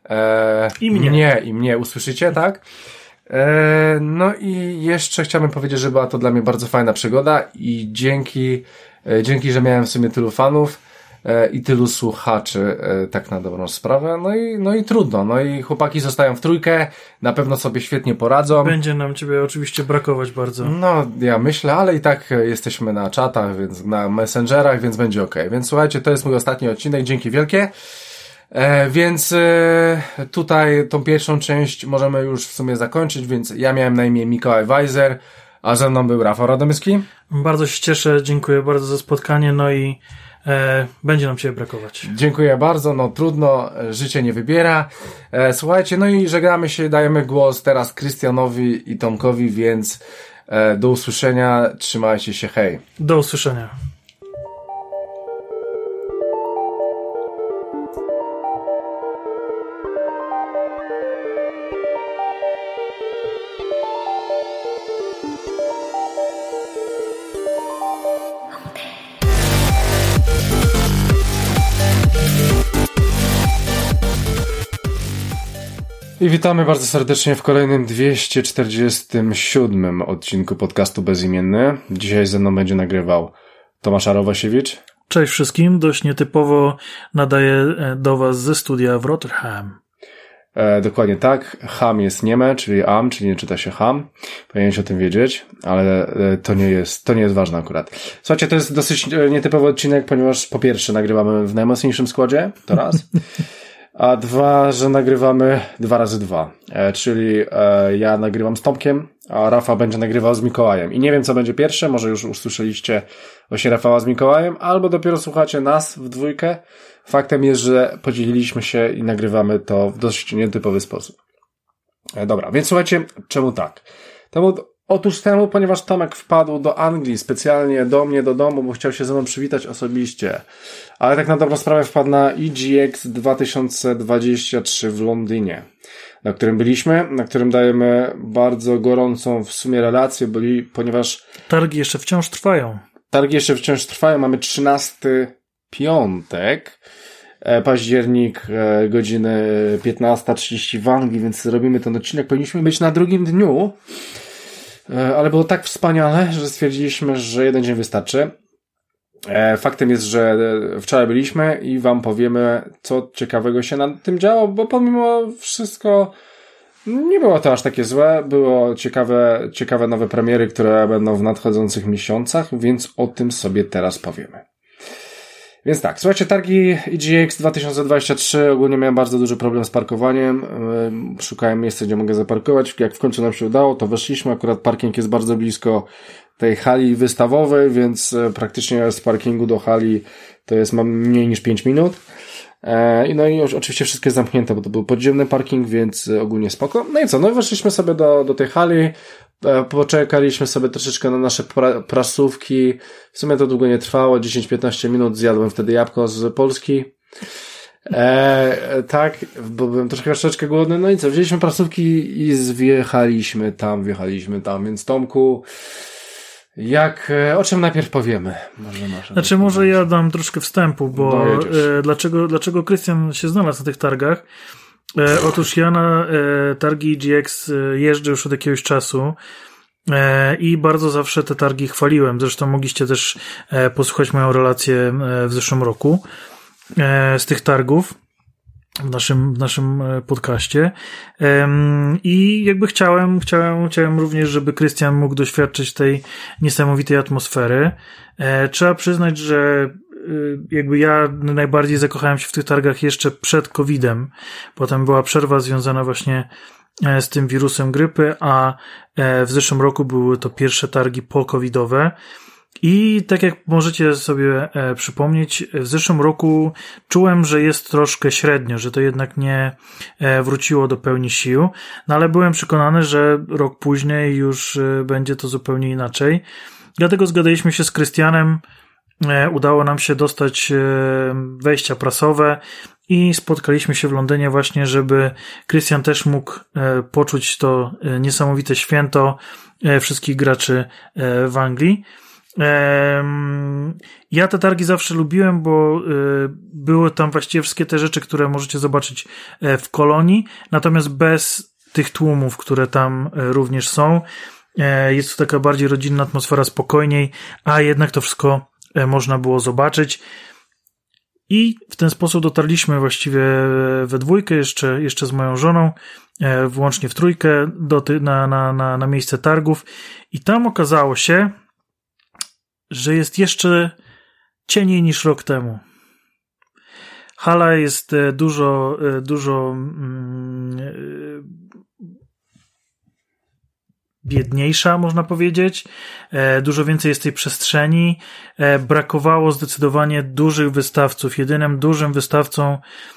i mnie usłyszycie, tak? No i jeszcze chciałbym powiedzieć, że była to dla mnie bardzo fajna przygoda i dzięki, że miałem w sumie tylu fanów i tylu słuchaczy, tak na dobrą sprawę. No i trudno. No i chłopaki zostają w trójkę, na pewno sobie świetnie poradzą. Będzie nam Ciebie oczywiście brakować bardzo. No, ja myślę, ale i tak jesteśmy na czatach, więc na messengerach, więc będzie okej. Więc słuchajcie, to jest mój ostatni odcinek, dzięki wielkie. Więc tutaj tą pierwszą część możemy już w sumie zakończyć, więc ja miałem na imię Mikołaj Weiser, a ze mną był Rafał Radomyski. Bardzo się cieszę, dziękuję bardzo za spotkanie, no i będzie nam Ciebie brakować. Dziękuję bardzo, no trudno, życie nie wybiera. Słuchajcie, no i żegnamy się, dajemy głos teraz Krystianowi i Tomkowi, więc do usłyszenia, trzymajcie się, hej. Do usłyszenia. I witamy bardzo serdecznie w kolejnym 247 odcinku podcastu Bezimienny. Dzisiaj ze mną będzie nagrywał Tomasz Arowasiewicz. Cześć wszystkim, dość nietypowo nadaję do Was ze studia w Rotterdam. Dokładnie tak. Ham jest nieme, czyli am, czyli nie czyta się ham. Powinieneś o tym wiedzieć, ale to nie jest ważne akurat. Słuchajcie, to jest dosyć nietypowy odcinek, ponieważ po pierwsze nagrywamy w najmocniejszym składzie, to raz. A dwa, że nagrywamy 2x2, czyli ja nagrywam z Tomkiem, a Rafa będzie nagrywał z Mikołajem. I nie wiem, co będzie pierwsze, może już usłyszeliście właśnie Rafała z Mikołajem, albo dopiero słuchacie nas w dwójkę. Faktem jest, że podzieliliśmy się i nagrywamy to w dość nietypowy sposób. Dobra, więc słuchajcie, czemu tak? Otóż temu, ponieważ Tomek wpadł do Anglii specjalnie do mnie, do domu, bo chciał się ze mną przywitać osobiście. Ale tak na dobrą sprawę wpadł na EGX 2023 w Londynie, na którym byliśmy, na którym dajemy bardzo gorącą w sumie relację, ponieważ targi jeszcze wciąż trwają. Mamy 13 piątek, październik, godziny 15:30 w Anglii, więc robimy ten odcinek. Powinniśmy być na drugim dniu, ale było tak wspaniale, że stwierdziliśmy, że jeden dzień wystarczy. Faktem jest, że wczoraj byliśmy i wam powiemy, co ciekawego się na tym działo, bo pomimo wszystko nie było to aż takie złe. Było ciekawe nowe premiery, które będą w nadchodzących miesiącach, więc o tym sobie teraz powiemy. Więc tak, słuchajcie, targi EGX 2023, ogólnie miałem bardzo duży problem z parkowaniem, szukałem miejsca, gdzie mogę zaparkować, jak w końcu nam się udało, to weszliśmy, akurat parking jest bardzo blisko tej hali wystawowej, więc praktycznie z parkingu do hali to jest mniej niż 5 minut. No i oczywiście wszystko jest zamknięte, bo to był podziemny parking, więc ogólnie spoko. No i co, no weszliśmy sobie do tej hali, poczekaliśmy sobie troszeczkę na nasze prasówki, w sumie to długo nie trwało, 10-15 minut, zjadłem wtedy jabłko z Polski. Tak, bo byłem troszeczkę głodny, no i co, wzięliśmy prasówki i wjechaliśmy tam, więc Tomku, o czym najpierw powiemy? Może ja dam troszkę wstępu, bo dlaczego Krystian się znalazł na tych targach? Otóż ja na targi EGX jeżdżę już od jakiegoś czasu i bardzo zawsze te targi chwaliłem. Zresztą mogliście też posłuchać moją relację w zeszłym roku z tych targów w naszym podcaście. I jakby chciałem również, żeby Krystian mógł doświadczyć tej niesamowitej atmosfery. Trzeba przyznać, że jakby ja najbardziej zakochałem się w tych targach jeszcze przed COVID-em. Potem była przerwa związana właśnie z tym wirusem grypy, a w zeszłym roku były to pierwsze targi po-covidowe. I tak jak możecie sobie przypomnieć, w zeszłym roku czułem, że jest troszkę średnio, że to jednak nie wróciło do pełni sił, no ale byłem przekonany, że rok później już będzie to zupełnie inaczej. Dlatego zgadaliśmy się z Krystianem, udało nam się dostać wejścia prasowe i spotkaliśmy się w Londynie właśnie, żeby Krystian też mógł poczuć to niesamowite święto wszystkich graczy w Anglii. Ja te targi zawsze lubiłem, bo były tam właściwie wszystkie te rzeczy, które możecie zobaczyć w Kolonii, natomiast bez tych tłumów, które tam również są. Jest to taka bardziej rodzinna atmosfera, spokojniej, a jednak to wszystko można było zobaczyć. I w ten sposób dotarliśmy właściwie we dwójkę, jeszcze z moją żoną, włącznie w trójkę, na miejsce targów. I tam okazało się, że jest jeszcze cieniej niż rok temu. Hala jest dużo biedniejsza, można powiedzieć. Dużo więcej jest tej przestrzeni. Brakowało zdecydowanie dużych wystawców. Jedynym dużym wystawcą,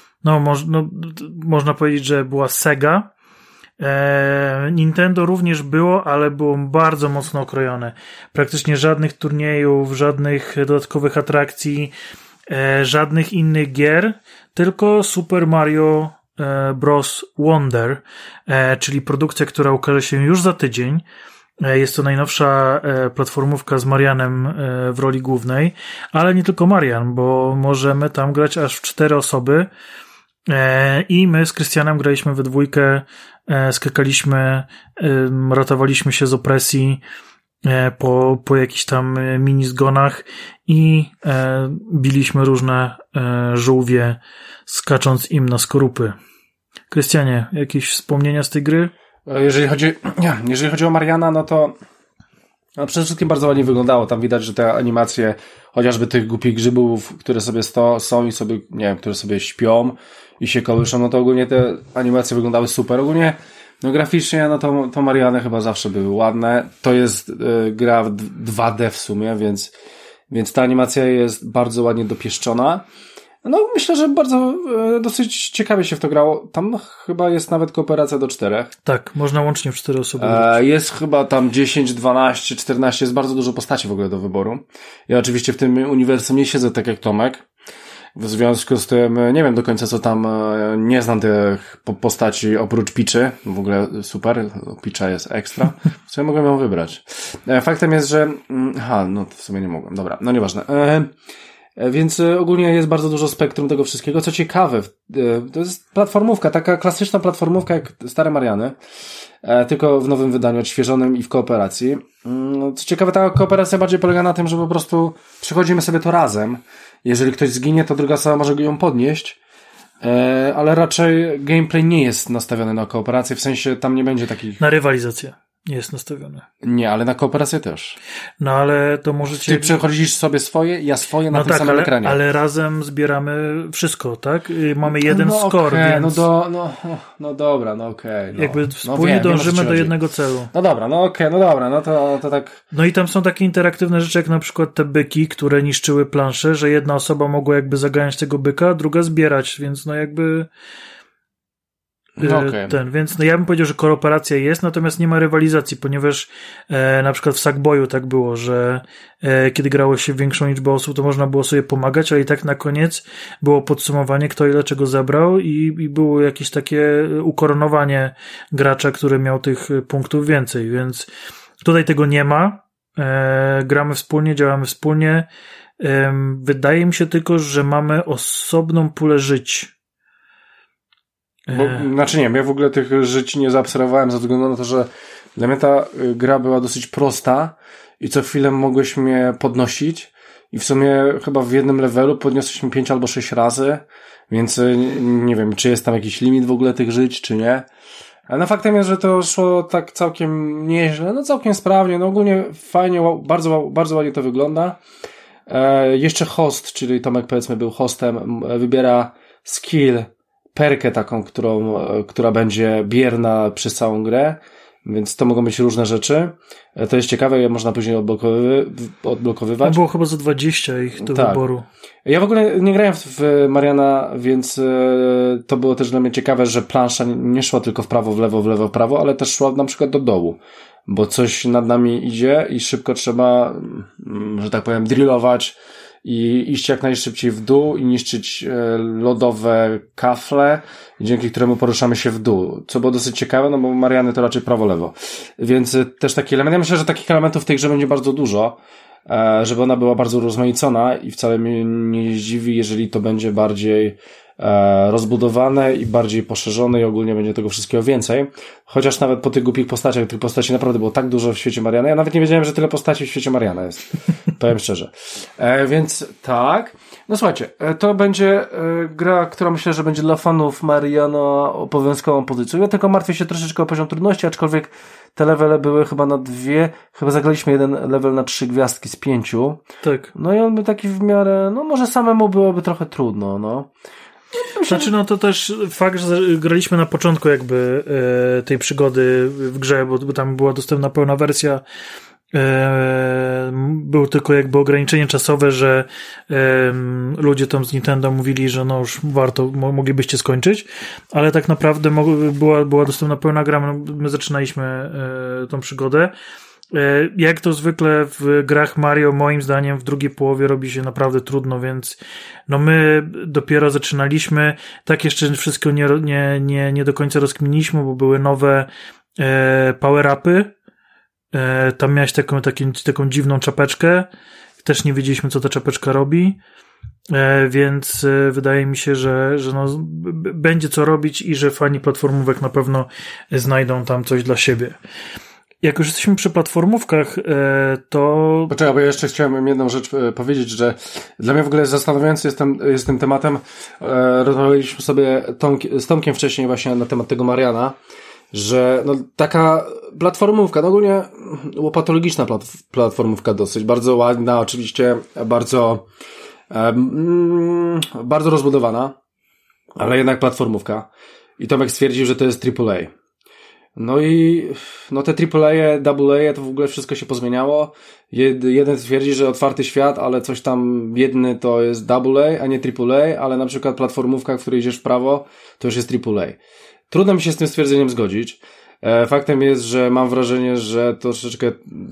można powiedzieć, że była Sega. Nintendo również było, ale było bardzo mocno okrojone. Praktycznie żadnych turniejów, żadnych dodatkowych atrakcji, żadnych innych gier, tylko Super Mario Bros. Wonder, czyli produkcja, która ukaże się już za tydzień. Jest to najnowsza platformówka z Marianem w roli głównej, ale nie tylko Marian, bo możemy tam grać aż w 4 osoby i my z Krystianem graliśmy we dwójkę, skakaliśmy, ratowaliśmy się z opresji po jakichś tam mini zgonach i biliśmy różne żółwie, skacząc im na skorupy. Krystianie, jakieś wspomnienia z tej gry? Jeżeli chodzi o Mariana, no to przede wszystkim bardzo ładnie wyglądało. Tam widać, że te animacje, chociażby tych głupich grzybów, które sobie są i sobie, nie wiem, które sobie śpią i się kołyszą, no to ogólnie te animacje wyglądały super. Ogólnie, no graficznie, no to Mariany chyba zawsze były ładne. To jest gra w 2D w sumie, więc ta animacja jest bardzo ładnie dopieszczona. No myślę, że dosyć ciekawie się w to grało. Tam chyba jest nawet kooperacja do 4. Tak, można łącznie w 4 osoby. Jest chyba tam 10, 12, 14, jest bardzo dużo postaci w ogóle do wyboru. Ja oczywiście w tym uniwersum nie siedzę tak jak Tomek. W związku z tym nie wiem do końca co tam, nie znam tych postaci oprócz Peachy. W ogóle super, Peacha jest ekstra. W sumie mogłem ją wybrać. Faktem jest, że no w sumie nie mogłem. Dobra, no nieważne. Więc ogólnie jest bardzo dużo spektrum tego wszystkiego. Co ciekawe, to jest platformówka, taka klasyczna platformówka jak stare Mariany, tylko w nowym wydaniu, odświeżonym i w kooperacji. Co ciekawe, ta kooperacja bardziej polega na tym, że po prostu przechodzimy sobie to razem. Jeżeli ktoś zginie, to druga osoba może ją podnieść, ale raczej gameplay nie jest nastawiony na kooperację, w sensie tam nie będzie takich... Na rywalizację nie jest nastawione. Nie, ale na kooperację też. No ale to możecie... Ty przechodzisz sobie swoje, ja swoje na tym samym ekranie. Ale razem zbieramy wszystko, tak? Mamy jeden score, więc... No dobra, no okej. Jakby wspólnie dążymy do jednego celu. No dobra, no okej, no dobra, no to tak... No i tam są takie interaktywne rzeczy, jak na przykład te byki, które niszczyły planszę, że jedna osoba mogła jakby zaganiać tego byka, a druga zbierać, więc no jakby... Więc ja bym powiedział, że kooperacja jest, natomiast nie ma rywalizacji, ponieważ na przykład w Sackboyu tak było, że kiedy grało się większą liczbę osób, to można było sobie pomagać, ale i tak na koniec było podsumowanie, kto ile czego zabrał i było jakieś takie ukoronowanie gracza, który miał tych punktów więcej, więc tutaj tego nie ma. Gramy wspólnie, działamy wspólnie. Wydaje mi się tylko, że mamy osobną pulę żyć. Znaczy nie, ja w ogóle tych żyć nie zaobserwowałem ze względu na to, że dla mnie ta gra była dosyć prosta i co chwilę mogłeś mnie podnosić i w sumie chyba w jednym levelu podniosłeś mnie 5 albo 6 razy, więc nie wiem, czy jest tam jakiś limit w ogóle tych żyć, czy nie. Ale faktem jest, że to szło tak całkiem nieźle, no całkiem sprawnie, no ogólnie fajnie, bardzo ładnie to wygląda. Jeszcze host, czyli Tomek powiedzmy był hostem, wybiera skill, perkę taką, która będzie bierna przez całą grę, więc to mogą być różne rzeczy. To jest ciekawe, je można później odblokowywać. To było chyba za 20 ich do wyboru. Ja w ogóle nie grałem w Mariana, więc to było też dla mnie ciekawe, że plansza nie szła tylko w prawo, w prawo, ale też szła na przykład do dołu, bo coś nad nami idzie i szybko trzeba, że tak powiem, drillować i iść jak najszybciej w dół i niszczyć lodowe kafle, dzięki któremu poruszamy się w dół, co było dosyć ciekawe, no bo Mariany to raczej prawo-lewo. Więc też taki element, ja myślę, że takich elementów w tej grze będzie bardzo dużo, żeby ona była bardzo rozmaicona i wcale mnie nie zdziwi, jeżeli to będzie bardziej rozbudowane i bardziej poszerzone i ogólnie będzie tego wszystkiego więcej. Chociaż nawet po tych głupich postaciach, tych postaci naprawdę było tak dużo w świecie Mariana. Ja nawet nie wiedziałem, że tyle postaci w świecie Mariana jest. Powiem szczerze. Więc tak. No słuchajcie, to będzie gra, która myślę, że będzie dla fanów Mariana obowiązkową pozycją. Ja tylko martwię się troszeczkę o poziom trudności, aczkolwiek te levele były chyba na 2, chyba zagraliśmy jeden level na 3 gwiazdki z 5. Tak. No i on by taki w miarę, no może samemu byłoby trochę trudno, no. Znaczy, no to też fakt, że graliśmy na początku jakby tej przygody w grze, bo tam była dostępna pełna wersja, było tylko jakby ograniczenie czasowe, że ludzie tam z Nintendo mówili, że no już warto, moglibyście skończyć, ale tak naprawdę była dostępna pełna gra, my zaczynaliśmy tą przygodę. Jak to zwykle w grach Mario, moim zdaniem w drugiej połowie robi się naprawdę trudno, więc no my dopiero zaczynaliśmy, tak jeszcze wszystko nie do końca rozkminiliśmy, bo były nowe power-upy, tam miałeś taką dziwną czapeczkę, też nie wiedzieliśmy, co ta czapeczka robi, więc wydaje mi się, że no, będzie co robić i że fani platformówek na pewno znajdą tam coś dla siebie. Jak już jesteśmy przy platformówkach, to... Poczekaj, bo ja jeszcze chciałem jedną rzecz powiedzieć, że dla mnie w ogóle zastanawiający jest tym tematem. Rozmawialiśmy sobie z Tomkiem wcześniej właśnie na temat tego Mariana, że no taka platformówka, no ogólnie łopatologiczna platformówka dosyć, bardzo ładna, oczywiście bardzo rozbudowana, ale jednak platformówka. I Tomek stwierdził, że to jest AAA. No i no te AAA, AA, to w ogóle wszystko się pozmieniało. Jeden twierdzi, że otwarty świat, ale coś tam biedny to jest AA, a nie AAA, ale na przykład platformówka, w której idziesz w prawo, to już jest AAA. Trudno mi się z tym stwierdzeniem zgodzić. Faktem jest, że mam wrażenie, że troszeczkę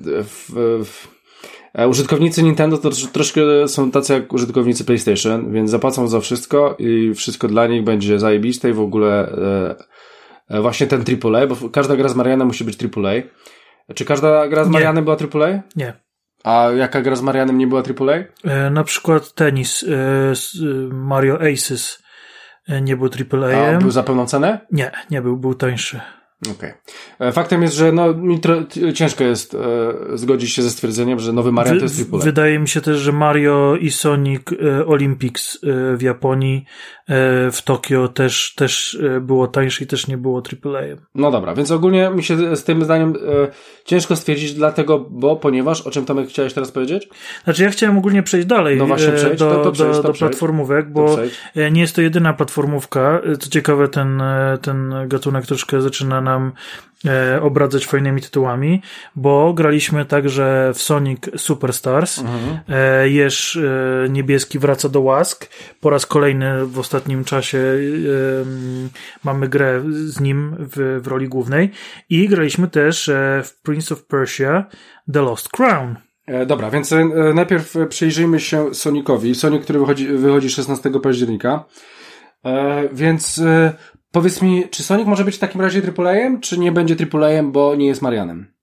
użytkownicy Nintendo to troszkę są tacy jak użytkownicy PlayStation, więc zapłacą za wszystko i wszystko dla nich będzie zajebiste i w ogóle właśnie ten AAA, bo każda gra z Marianem musi być AAA. Czy każda gra z Marianem była AAA? Nie. A jaka gra z Marianem nie była AAA? Na przykład tenis Mario Aces nie był AAA. A był za pełną cenę? Nie był tańszy. Okej. Faktem jest, że mi ciężko jest zgodzić się ze stwierdzeniem, że nowy Mario to jest AAA. Wydaje mi się też, że Mario i Sonic Olympics w Japonii, w Tokio też było tańsze i też nie było AAA. No dobra, więc ogólnie mi się z tym zdaniem ciężko stwierdzić, ponieważ, o czym Tomek chciałeś teraz powiedzieć? Znaczy ja chciałem ogólnie przejść dalej do platformówek, bo nie jest to jedyna platformówka. Co ciekawe, ten gatunek troszkę zaczyna nam obradzać fajnymi tytułami, bo graliśmy także w Sonic Superstars. Jeż Niebieski wraca do łask. Po raz kolejny w ostatnim czasie mamy grę z nim w roli głównej i graliśmy też w Prince of Persia The Lost Crown. Dobra, więc najpierw przyjrzyjmy się Sonicowi. Sonic, który wychodzi 16 października. Więc powiedz mi, czy Sonic może być w takim razie AAA-em, czy nie będzie AAA-em, bo nie jest Marianem?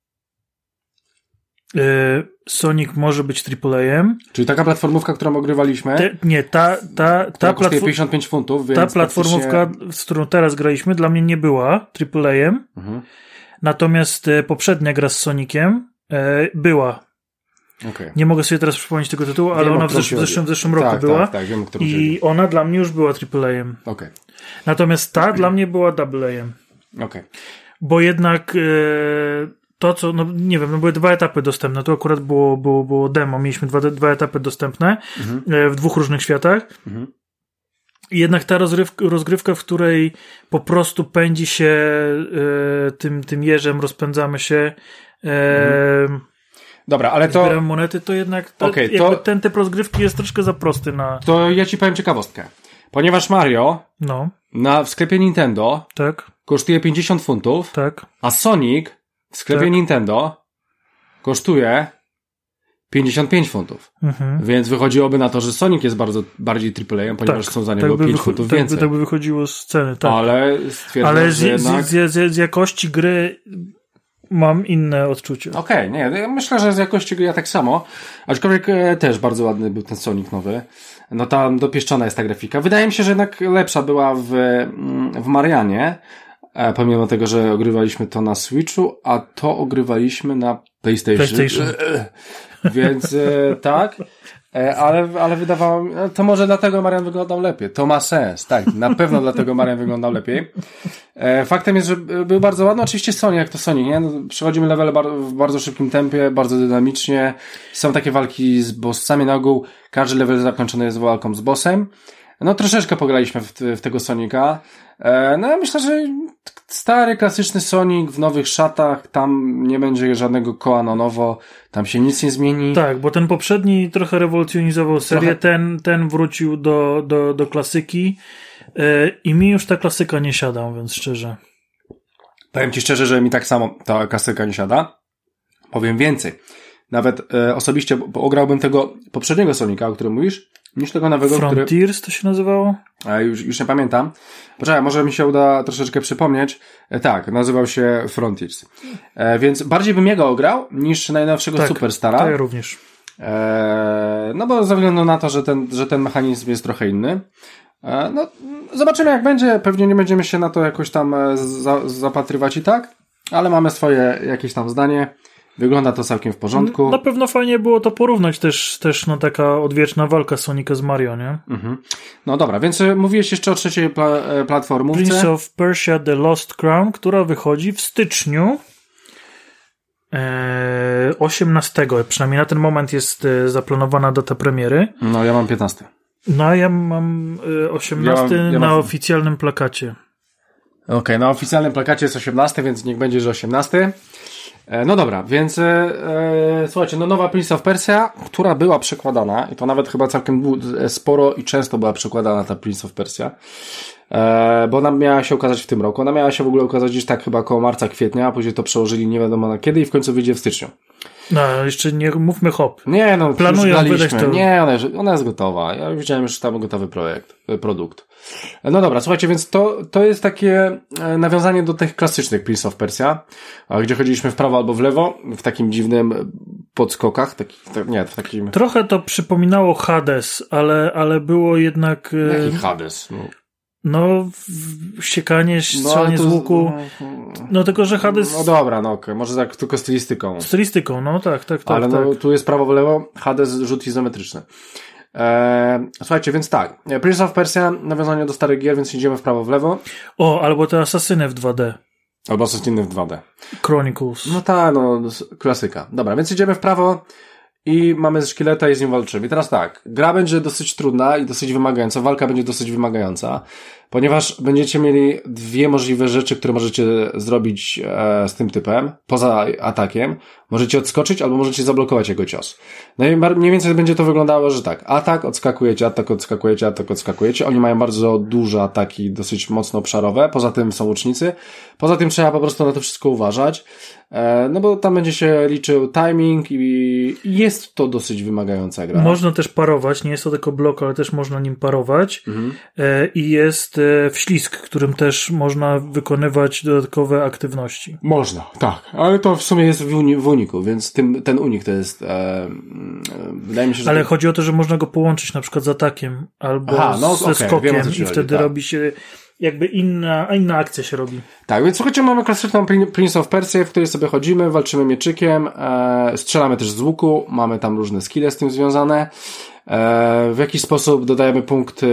Sonic może być AAA-em. Czyli taka platformówka, którą ogrywaliśmy. Ta kosztuje 55 funtów, więc ta platformówka, z którą teraz graliśmy, dla mnie nie była AAA-em. Natomiast poprzednia gra z Soniciem była. Okay. Nie mogę sobie teraz przypomnieć tego tytułu, ale ona w zeszłym roku była. Tak, wiem, i ona dla mnie już była AAA-em. Okay. Natomiast ta dla mnie była AA-em. Okay. Bo jednak to, co, no nie wiem, no były 2 etapy dostępne. Tu akurat było demo. Mieliśmy dwa etapy dostępne w 2 różnych światach. I jednak ta rozgrywka, w której po prostu pędzi się tym jeżem, rozpędzamy się dobra, ale to... zbieramy monety, to jednak ten typ rozgrywki jest troszkę za prosty na... To ja ci powiem ciekawostkę. Ponieważ Mario w sklepie Nintendo kosztuje 50 funtów, a Sonic w sklepie Nintendo kosztuje 55 funtów. Więc wychodziłoby na to, że Sonic jest bardziej AAA, ponieważ są za niego 5 funtów więcej. Tak by wychodziło z ceny, tak. Ale stwierdzam, że jednak... z jakości gry mam inne odczucie. Okej, nie, myślę, że z jakości gry ja tak samo, aczkolwiek też bardzo ładny był ten Sonic nowy. No tam dopieszczona jest ta grafika. Wydaje mi się, że jednak lepsza była w Marianie, pomimo tego, że ogrywaliśmy to na Switchu, a to ogrywaliśmy na PlayStation. Więc tak, ale wydawało mi, to może dlatego Marian wyglądał lepiej. To ma sens, tak, na pewno dlatego Marian wyglądał lepiej. Faktem jest, że był bardzo ładny. Oczywiście Sonic, jak to Sonic, nie? No, przechodzimy levele w bardzo szybkim tempie, bardzo dynamicznie. Są takie walki z bossami na ogół. Każdy level zakończony jest walką z bossem. No troszeczkę pograliśmy w tego Sonika. No ja myślę, że stary, klasyczny Sonic w nowych szatach, tam nie będzie żadnego koła na nowo, tam się nic nie zmieni. Tak, bo ten poprzedni trochę rewolucjonizował serię, ten wrócił do klasyki i mi już ta klasyka nie siada, mówiąc szczerze. Powiem ci szczerze, że mi tak samo ta klasyka nie siada. Powiem więcej. Nawet osobiście ograłbym tego poprzedniego Sonika, o którym mówisz, niż tego nowego, Frontiers to się nazywało? Już nie pamiętam. Poczekaj, może mi się uda troszeczkę przypomnieć. Tak, nazywał się Frontiers. Więc bardziej bym jego ograł niż najnowszego Superstara. Tak, ja również. No bo ze względu na to, że ten mechanizm jest trochę inny. No, zobaczymy jak będzie. Pewnie nie będziemy się na to jakoś tam zapatrywać i tak, ale mamy swoje jakieś tam zdanie. Wygląda to całkiem w porządku. Na pewno fajnie było to porównać też no taka odwieczna walka Sonika z Mario, nie? No dobra, więc mówiłeś jeszcze o trzeciej platformówce. Prince of Persia The Lost Crown, która wychodzi w styczniu 18. Przynajmniej na ten moment jest zaplanowana data premiery. No ja mam 15. No ja mam 18 na oficjalnym plakacie. Okej, na oficjalnym plakacie jest 18, więc niech będzie, że 18. No dobra, więc słuchajcie, no nowa Prince of Persia, która była przekładana i to nawet chyba całkiem sporo i często była przekładana ta Prince of Persia, bo ona miała się ukazać w tym roku, ona miała się w ogóle ukazać gdzieś tak chyba koło marca, kwietnia, a później to przełożyli nie wiadomo na kiedy i w końcu wyjdzie w styczniu. No, jeszcze nie mówmy hop. Nie, no, planują wydać to. Nie, ona jest gotowa. Ja widziałem już tam gotowy produkt. No dobra, słuchajcie, więc to jest takie nawiązanie do tych klasycznych Prince of Persia, gdzie chodziliśmy w prawo albo w lewo, w takim dziwnym podskokach, w takim... Trochę to przypominało Hades, ale było jednak... Jaki Hades? Ściekanie, strzelanie z łuku. No tylko, że Hades... No dobra, no okej. Może tak tylko stylistyką. Stylistyką, no tak. Ale no tu jest prawo w lewo, Hades rzut izometryczny. Słuchajcie, więc tak. Prince of Persia, nawiązanie do starych gier, więc idziemy w prawo w lewo. Albo te Asasyny w 2D. Albo Asasyny w 2D. Chronicles. No tak, klasyka. Dobra, więc idziemy w prawo i mamy szkieleta i z nim walczymy. I teraz tak, gra będzie dosyć trudna i dosyć wymagająca, walka będzie dosyć wymagająca, ponieważ będziecie mieli dwie możliwe rzeczy, które możecie zrobić z tym typem, poza atakiem. Możecie odskoczyć albo możecie zablokować jego cios. No i mniej więcej będzie to wyglądało, że tak, atak, odskakujecie. Oni mają bardzo duże ataki, dosyć mocno obszarowe, poza tym są łucznicy. Poza tym trzeba po prostu na to wszystko uważać, no bo tam będzie się liczył timing i jest to dosyć wymagająca gra. Można też parować, nie jest to tylko blok, ale też można nim parować. I jest wślizg, którym też można wykonywać dodatkowe aktywności. Można, tak, ale to w sumie jest w uniku, więc ten unik to jest wydaje mi się, że... Ale chodzi o to, że można go połączyć na przykład z atakiem albo ze skokiem i wtedy robi się jakby inna akcja się robi. Tak, więc słuchajcie, mamy klasyczną Prince of Persia, w której sobie chodzimy, walczymy mieczykiem, strzelamy też z łuku, mamy tam różne skille z tym związane. W jakiś sposób dodajemy punkty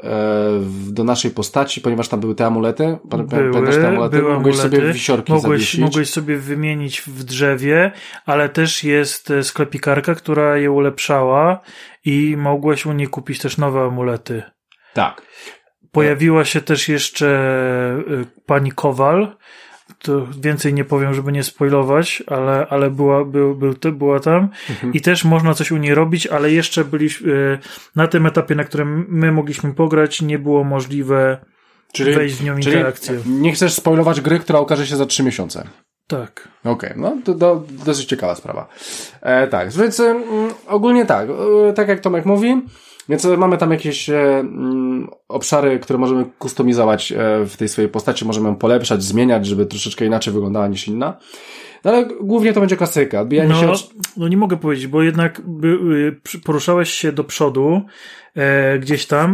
do naszej postaci, ponieważ tam były te amulety. Pamiętasz te amulety? Mogłeś sobie wisiorki zawiesić. Mogłeś sobie wymienić w drzewie, ale też jest sklepikarka, która je ulepszała i mogłeś u niej kupić też nowe amulety. Tak. Pojawiła się też jeszcze pani Kowal. To więcej nie powiem, żeby nie spoilować, ale była tam i też można coś u niej robić, ale jeszcze byliśmy na tym etapie, na którym my mogliśmy pograć, nie było możliwe wejść w nią interakcję. Nie chcesz spoilować gry, która okaże się za 3 miesiące. Tak. Okej, no to dosyć ciekawa sprawa. Tak, więc ogólnie tak jak Tomek mówi, więc mamy tam jakieś obszary, które możemy kustomizować w tej swojej postaci, możemy ją polepszać, zmieniać, żeby troszeczkę inaczej wyglądała niż inna. No ale głównie to będzie klasyka. Odbijanie się no nie mogę powiedzieć, bo jednak poruszałeś się do przodu gdzieś tam,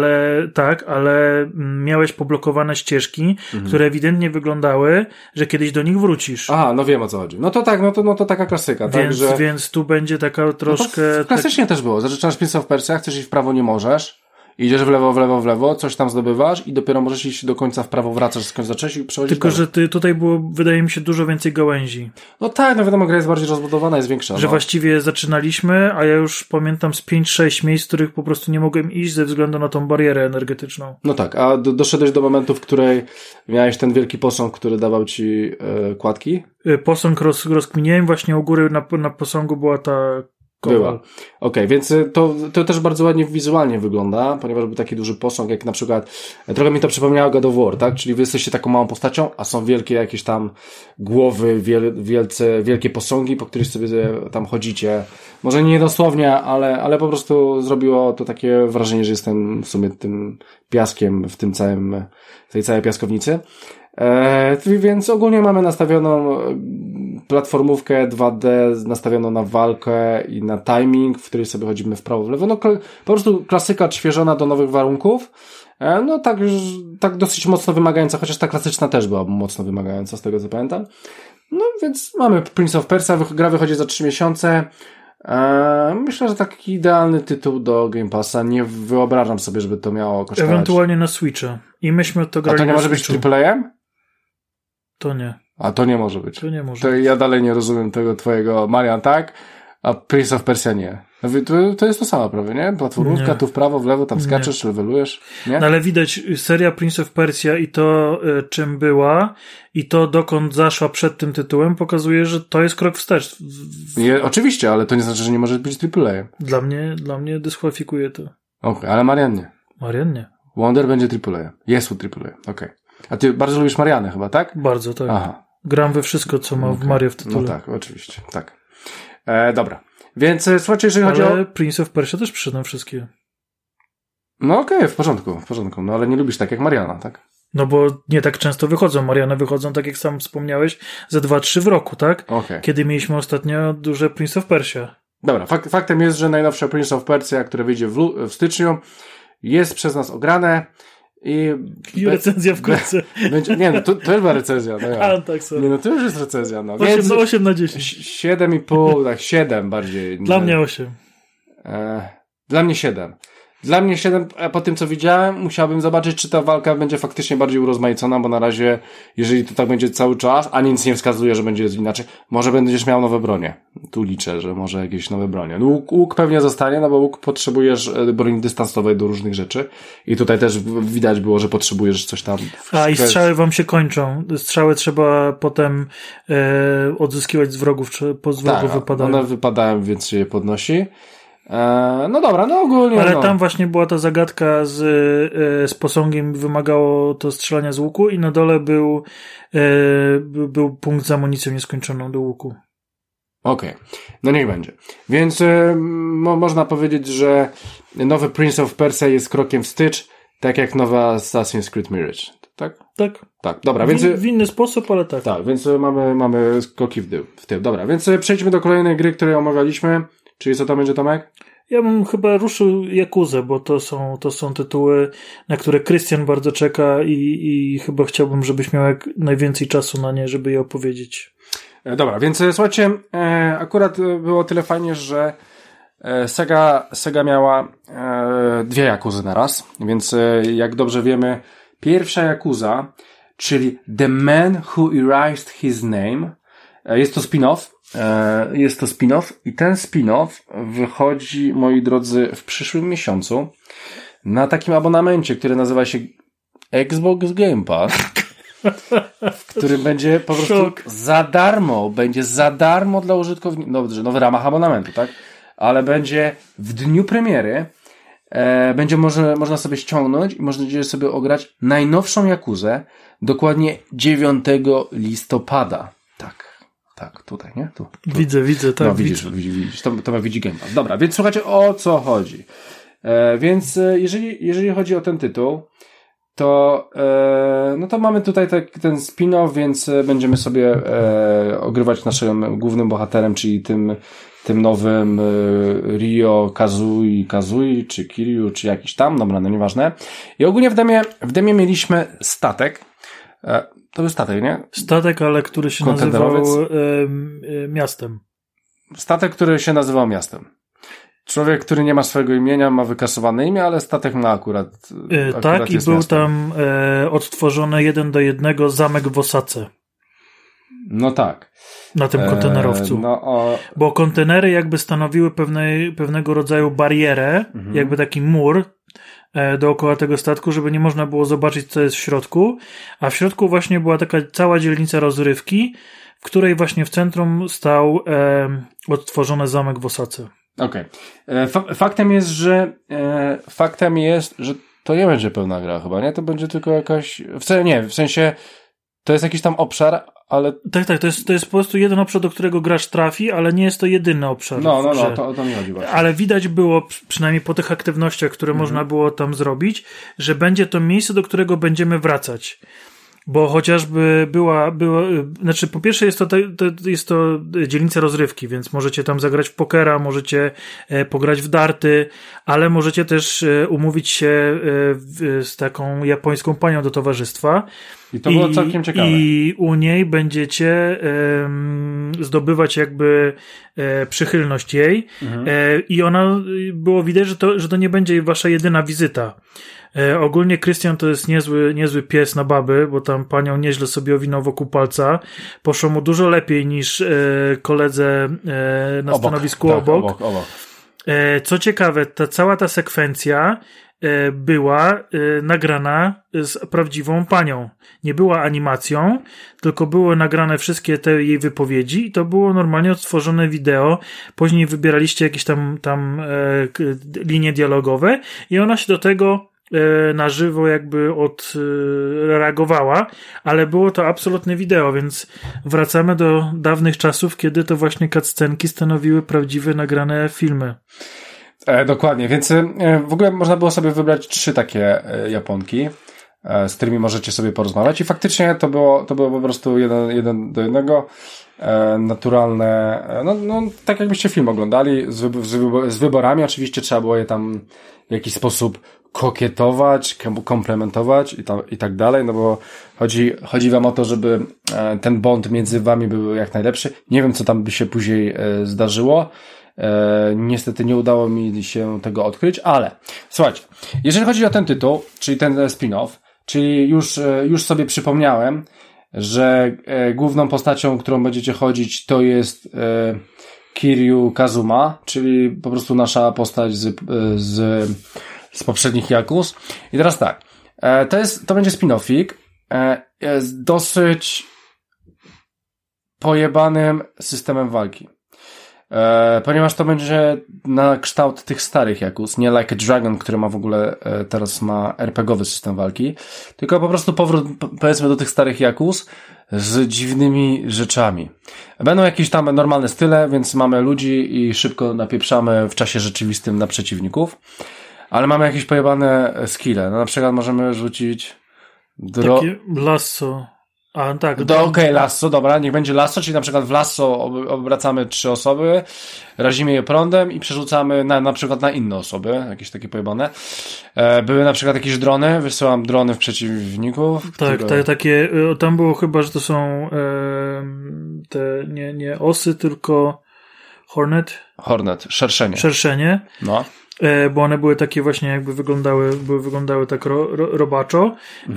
ale miałeś poblokowane ścieżki, które ewidentnie wyglądały, że kiedyś do nich wrócisz. Aha, no wiem o co chodzi. No to tak, no to taka klasyka. Więc tu będzie taka troszkę... No klasycznie też było. Zaczynasz Prince of Persia, chcesz iść w prawo, nie możesz. Idziesz w lewo, coś tam zdobywasz i dopiero możesz iść do końca w prawo, wracasz skąd zacząłeś i przechodzisz. Tylko, że tutaj było, wydaje mi się, dużo więcej gałęzi. No tak, no wiadomo, gra jest bardziej rozbudowana, jest większa. Że właściwie zaczynaliśmy, a ja już pamiętam z 5-6 miejsc, w których po prostu nie mogłem iść ze względu na tą barierę energetyczną. No tak, a doszedłeś do momentu, w której miałeś ten wielki posąg, który dawał ci kładki? Posąg rozkminiałem, właśnie u góry na posągu była ta... Była. Okej, więc to też bardzo ładnie wizualnie wygląda, ponieważ był taki duży posąg, jak na przykład, trochę mi to przypomniało God of War, tak? Czyli wy jesteście taką małą postacią, a są wielkie jakieś tam głowy, wielkie posągi, po których sobie tam chodzicie. Może nie dosłownie, ale po prostu zrobiło to takie wrażenie, że jestem w sumie tym piaskiem w tej całej piaskownicy. Więc ogólnie mamy nastawioną platformówkę 2D, nastawioną na walkę i na timing, w której sobie chodzimy w prawo, w lewo. No po prostu klasyka odświeżona do nowych warunków. No tak dosyć mocno wymagająca, chociaż ta klasyczna też była mocno wymagająca, z tego co pamiętam. No więc mamy Prince of Persia, gra wychodzi za 3 miesiące. Myślę, że taki idealny tytuł do Game Passa. Nie wyobrażam sobie, żeby to miało kosztować. Ewentualnie na Switcha. I myśmy to grali. A to nie może być AAA-em? To nie. A to nie może być. To nie może. To ja dalej nie rozumiem tego twojego Marian, tak? A Prince of Persia nie. To jest to samo, prawie, nie? Platformówka, tu w prawo, w lewo, tam skaczesz, levelujesz, nie? No ale widać, seria Prince of Persia i to, czym była i to, dokąd zaszła przed tym tytułem, pokazuje, że to jest krok wstecz. Oczywiście, ale to nie znaczy, że nie może być AAA. Dla mnie dyskwalifikuje to. Okej, ale Marian nie. Marian nie. Wonder będzie AAA. Jest AAA, okej. A ty bardzo lubisz Marianę chyba, tak? Bardzo, tak. Aha. Gram we wszystko, co ma w Mario w tytule. No tak, oczywiście, tak. Dobra. Więc słuchajcie, jeżeli chodzi o... Ale Prince of Persia też przyszedłem wszystkie. No okej, w porządku. No ale nie lubisz tak jak Mariana, tak? No bo nie tak często wychodzą. Mariana wychodzą, tak jak sam wspomniałeś, za 2-3 w roku, tak? Okay. Kiedy mieliśmy ostatnio duże Prince of Persia. Dobra, faktem jest, że najnowsze Prince of Persia, które wyjdzie w styczniu, jest przez nas ograne i recenzja wkrótce. Nie, no to już była recenzja. No ja. A, tak sobie. Nie, no to już jest recenzja. No. 8 na 10. 7,5, tak 7 bardziej. Dla mnie 8. Dla mnie 7. Dla mnie 7, a po tym co widziałem, musiałbym zobaczyć, czy ta walka będzie faktycznie bardziej urozmaicona, bo na razie, jeżeli to tak będzie cały czas, a nic nie wskazuje, że będzie inaczej, może będziesz miał nowe bronie. Tu liczę, że może jakieś nowe bronie. No, łuk pewnie zostanie, no bo łuk potrzebujesz broni dystansowej do różnych rzeczy i tutaj też widać było, że potrzebujesz coś tam. I strzały wam się kończą. Strzały trzeba potem odzyskiwać z wrogów, czy z wrogów wypadają. One wypadają, więc się je podnosi. No dobra, no ogólnie. Ale tam właśnie była ta zagadka z posągiem, wymagało to strzelania z łuku i na dole był punkt z amunicją nieskończoną do łuku. Okej. No niech będzie. Więc można powiedzieć, że nowy Prince of Persia jest krokiem wstecz, tak jak nowy Assassin's Creed Mirage. Tak? Tak. Tak, dobra, więc... W inny sposób, ale tak. Tak, więc mamy skoki w tył. Dobra, więc przejdźmy do kolejnej gry, której omawialiśmy. Czyli co to będzie, Tomek? Ja bym chyba ruszył Yakuzę, bo to są tytuły, na które Krystian bardzo czeka i chyba chciałbym, żebyś miał jak najwięcej czasu na nie, żeby je opowiedzieć. Dobra, więc słuchajcie, akurat było tyle fajnie, że Sega miała dwie Yakuzy na raz, więc jak dobrze wiemy, pierwsza Yakuza, czyli The Man Who Erased His Name, jest to spin-off i ten spin-off wychodzi, moi drodzy, w przyszłym miesiącu na takim abonamencie, który nazywa się Xbox Game Pass, w którym będzie po prostu będzie za darmo dla użytkowników, no w ramach abonamentu, tak? Ale będzie w dniu premiery, będzie można sobie ściągnąć i można będzie sobie ograć najnowszą Yakuzę, dokładnie 9 listopada. Tak, tutaj, nie? Tu. Widzę, tak. No, widzisz. To widzi Game Pass. Dobra, więc słuchajcie, o co chodzi. Więc jeżeli chodzi o ten tytuł, to no to mamy tutaj ten spin-off, więc będziemy sobie ogrywać naszym głównym bohaterem, czyli tym nowym Ryo Kazui, czy Kiryu, czy jakiś tam, dobra, no nieważne. I ogólnie w demie mieliśmy statek. To był statek, nie? Statek, ale który się nazywał miastem. Statek, który się nazywał miastem. Człowiek, który nie ma swojego imienia, ma wykasowane imię, ale statek ma akurat tak, i był miastem. tam odtworzony 1:1 zamek w Osace. No tak. Na tym kontenerowcu. Bo kontenery jakby stanowiły pewnego rodzaju barierę, jakby taki mur dookoła tego statku, żeby nie można było zobaczyć, co jest w środku, a w środku właśnie była taka cała dzielnica rozrywki, w której właśnie w centrum stał odtworzony zamek w Osace. Okej. Faktem jest, że to nie będzie pełna gra chyba, nie? To będzie tylko jakaś... w sensie to jest jakiś tam obszar, ale... Tak, to jest po prostu jeden obszar, do którego gracz trafi, ale nie jest to jedyny obszar. No, to o to mi chodzi właśnie. Ale widać było, przynajmniej po tych aktywnościach, które można było tam zrobić, że będzie to miejsce, do którego będziemy wracać. Bo chociażby znaczy po pierwsze jest to dzielnica rozrywki, więc możecie tam zagrać w pokera, możecie pograć w darty, ale możecie też umówić się z taką japońską panią do towarzystwa. I to było całkiem ciekawe. I u niej będziecie zdobywać jakby przychylność jej i ona było widać, że to nie będzie wasza jedyna wizyta. Ogólnie Krystian to jest niezły pies na baby, bo tam panią nieźle sobie owinął wokół palca. Poszło mu dużo lepiej niż koledze na stanowisku obok. Co ciekawe, cała ta sekwencja była nagrana z prawdziwą panią. Nie była animacją, tylko były nagrane wszystkie te jej wypowiedzi i to było normalnie odtworzone wideo. Później wybieraliście jakieś tam linie dialogowe i ona się do tego na żywo jakby reagowała, ale było to absolutne wideo, więc wracamy do dawnych czasów, kiedy to właśnie cutscenki stanowiły prawdziwe nagrane filmy. Dokładnie, więc w ogóle można było sobie wybrać 3 takie Japonki, z którymi możecie sobie porozmawiać i faktycznie to było po prostu jeden do jednego, naturalne, no tak jakbyście film oglądali, z wyborami. Oczywiście trzeba było je tam w jakiś sposób kokietować, komplementować i tak dalej, no bo chodzi wam o to, żeby ten bond między wami był jak najlepszy. Nie wiem, co tam by się później zdarzyło. Niestety nie udało mi się tego odkryć, ale słuchajcie, jeżeli chodzi o ten tytuł, czyli ten spin-off, czyli już sobie przypomniałem, że główną postacią, którą będziecie chodzić, to jest Kiryu Kazuma, czyli po prostu nasza postać z poprzednich Yakuza. I teraz tak, to będzie spin-offik z dosyć pojebanym systemem walki. Ponieważ to będzie na kształt tych starych Yakuza, nie Like a Dragon, który ma w ogóle teraz ma RPG-owy system walki, tylko po prostu powrót, powiedzmy, do tych starych Yakuza z dziwnymi rzeczami. Będą jakieś tam normalne style, więc mamy ludzi i szybko napieprzamy w czasie rzeczywistym na przeciwników, ale mamy jakieś pojebane skille. No, na przykład możemy rzucić takie lasso. A, tak. Okej, lasso, dobra, niech będzie lasso, czyli na przykład w lasso obracamy 3 osoby, razimy je prądem i przerzucamy na przykład na inne osoby, jakieś takie pojebane. Były na przykład jakieś drony, wysyłam drony w przeciwników. Tak, takie, tam było chyba, że to są te nie osy, tylko Hornet, szerszenie. No. Bo one były takie właśnie jakby wyglądały tak robaczo.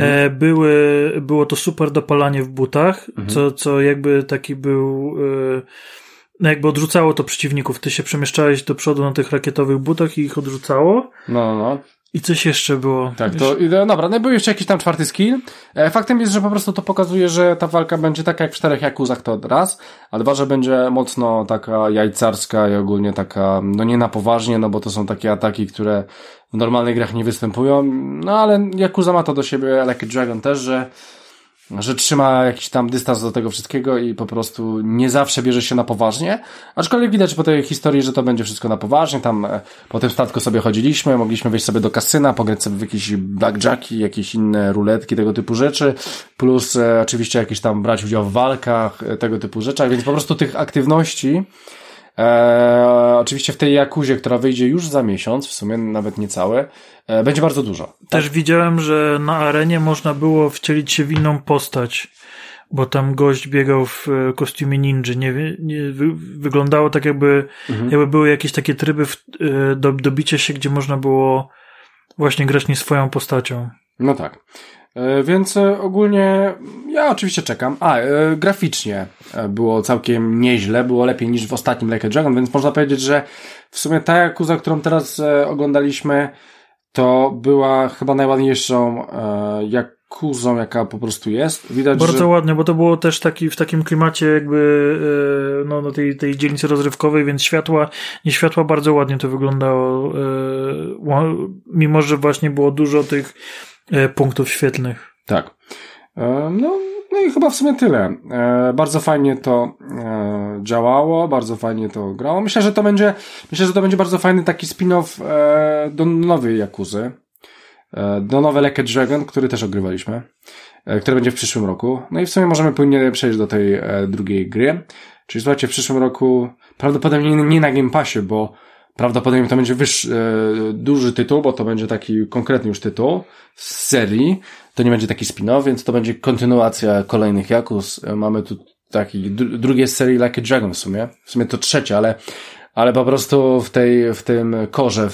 Było to super dopalanie w butach, co jakby taki był, jakby odrzucało to przeciwników. Ty się przemieszczałeś do przodu na tych rakietowych butach i ich odrzucało. No. I coś jeszcze było. Tak, dobra, no był jeszcze jakiś tam 4 skill. Faktem jest, że po prostu to pokazuje, że ta walka będzie taka jak w 4 Yakuzach, to raz, a 2, że będzie mocno taka jajcarska i ogólnie taka, no nie na poważnie, no bo to są takie ataki, które w normalnych grach nie występują, no ale Yakuza ma to do siebie, Like a Dragon też, że trzyma jakiś tam dystans do tego wszystkiego i po prostu nie zawsze bierze się na poważnie, aczkolwiek widać po tej historii, że to będzie wszystko na poważnie, tam po tym statku sobie chodziliśmy, mogliśmy wejść sobie do kasyna, pograć sobie w jakieś blackjacki, jakieś inne ruletki, tego typu rzeczy, plus oczywiście jakieś tam brać udział w walkach, tego typu rzeczach, więc po prostu tych aktywności oczywiście w tej Yakuzie, która wyjdzie już za miesiąc, w sumie nawet niecałe, będzie bardzo dużo. Też widziałem, że na arenie można było wcielić się w inną postać, bo tam gość biegał w kostiumie ninja. Wyglądało tak jakby były jakieś takie tryby do bicia się, gdzie można było właśnie grać nie swoją postacią. No tak. Więc ogólnie ja oczywiście czekam. Graficznie było całkiem nieźle, było lepiej niż w ostatnim Like a Dragon, więc można powiedzieć, że w sumie ta Yakuza, którą teraz oglądaliśmy, to była chyba najładniejszą Yakuzą, jaka po prostu jest. Widać, bardzo ładnie, bo to było też w takim klimacie jakby tej dzielnicy rozrywkowej, więc nie światła bardzo ładnie to wyglądało, mimo że właśnie było dużo tych punktów świetlnych. Tak. No i chyba w sumie tyle. Bardzo fajnie to działało, bardzo fajnie to grało. Myślę, że to będzie bardzo fajny taki spin-off do nowej Yakuzy. Do nowej Like a Dragon, który też ogrywaliśmy, który będzie w przyszłym roku. No i w sumie możemy płynnie przejść do tej drugiej gry. Czyli słuchajcie, w przyszłym roku prawdopodobnie nie na Game Passie, bo prawdopodobnie to będzie duży tytuł, bo to będzie taki konkretny już tytuł z serii. To nie będzie taki spin-off, więc to będzie kontynuacja kolejnych Yakuz. Mamy tu taki drugie z serii Like a Dragon w sumie to trzecie, ale po prostu w tym korze,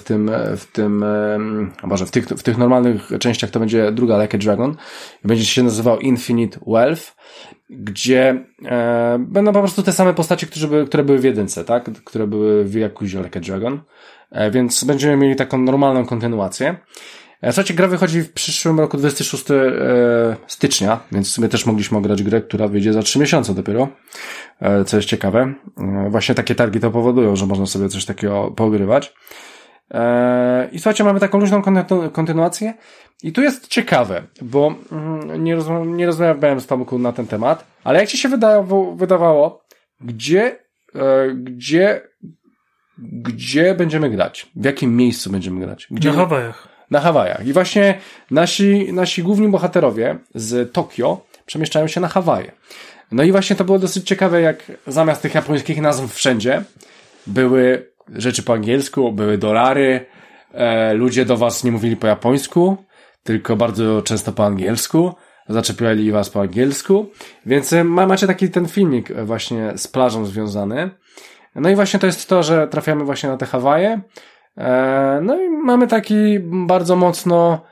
w tych normalnych częściach to będzie druga Like a Dragon. Będzie się nazywał Infinite Wealth, gdzie będą po prostu te same postacie, które były w jedynce, tak? Które były w Yakuzie Like a Dragon. Więc będziemy mieli taką normalną kontynuację. Słuchajcie, gra wychodzi w przyszłym roku 26 stycznia, więc w sumie też mogliśmy ograć grę, która wyjdzie za 3 miesiące dopiero, co jest ciekawe. Właśnie takie targi to powodują, że można sobie coś takiego poogrywać. I słuchajcie, mamy taką luźną kontynuację i tu jest ciekawe, bo nie rozmawiałem z Tomku na ten temat, ale jak ci się wydawało, gdzie będziemy grać? W jakim miejscu będziemy grać? Na Hawajach. Na Hawajach. I właśnie nasi główni bohaterowie z Tokio przemieszczają się na Hawaje. No i właśnie to było dosyć ciekawe, jak zamiast tych japońskich nazw wszędzie były rzeczy po angielsku, były dolary, ludzie do was nie mówili po japońsku, tylko bardzo często po angielsku, zaczepiali was po angielsku, więc macie taki ten filmik właśnie z plażą związany. No i właśnie to jest to, że trafiamy właśnie na te Hawaje, no i mamy taki bardzo mocno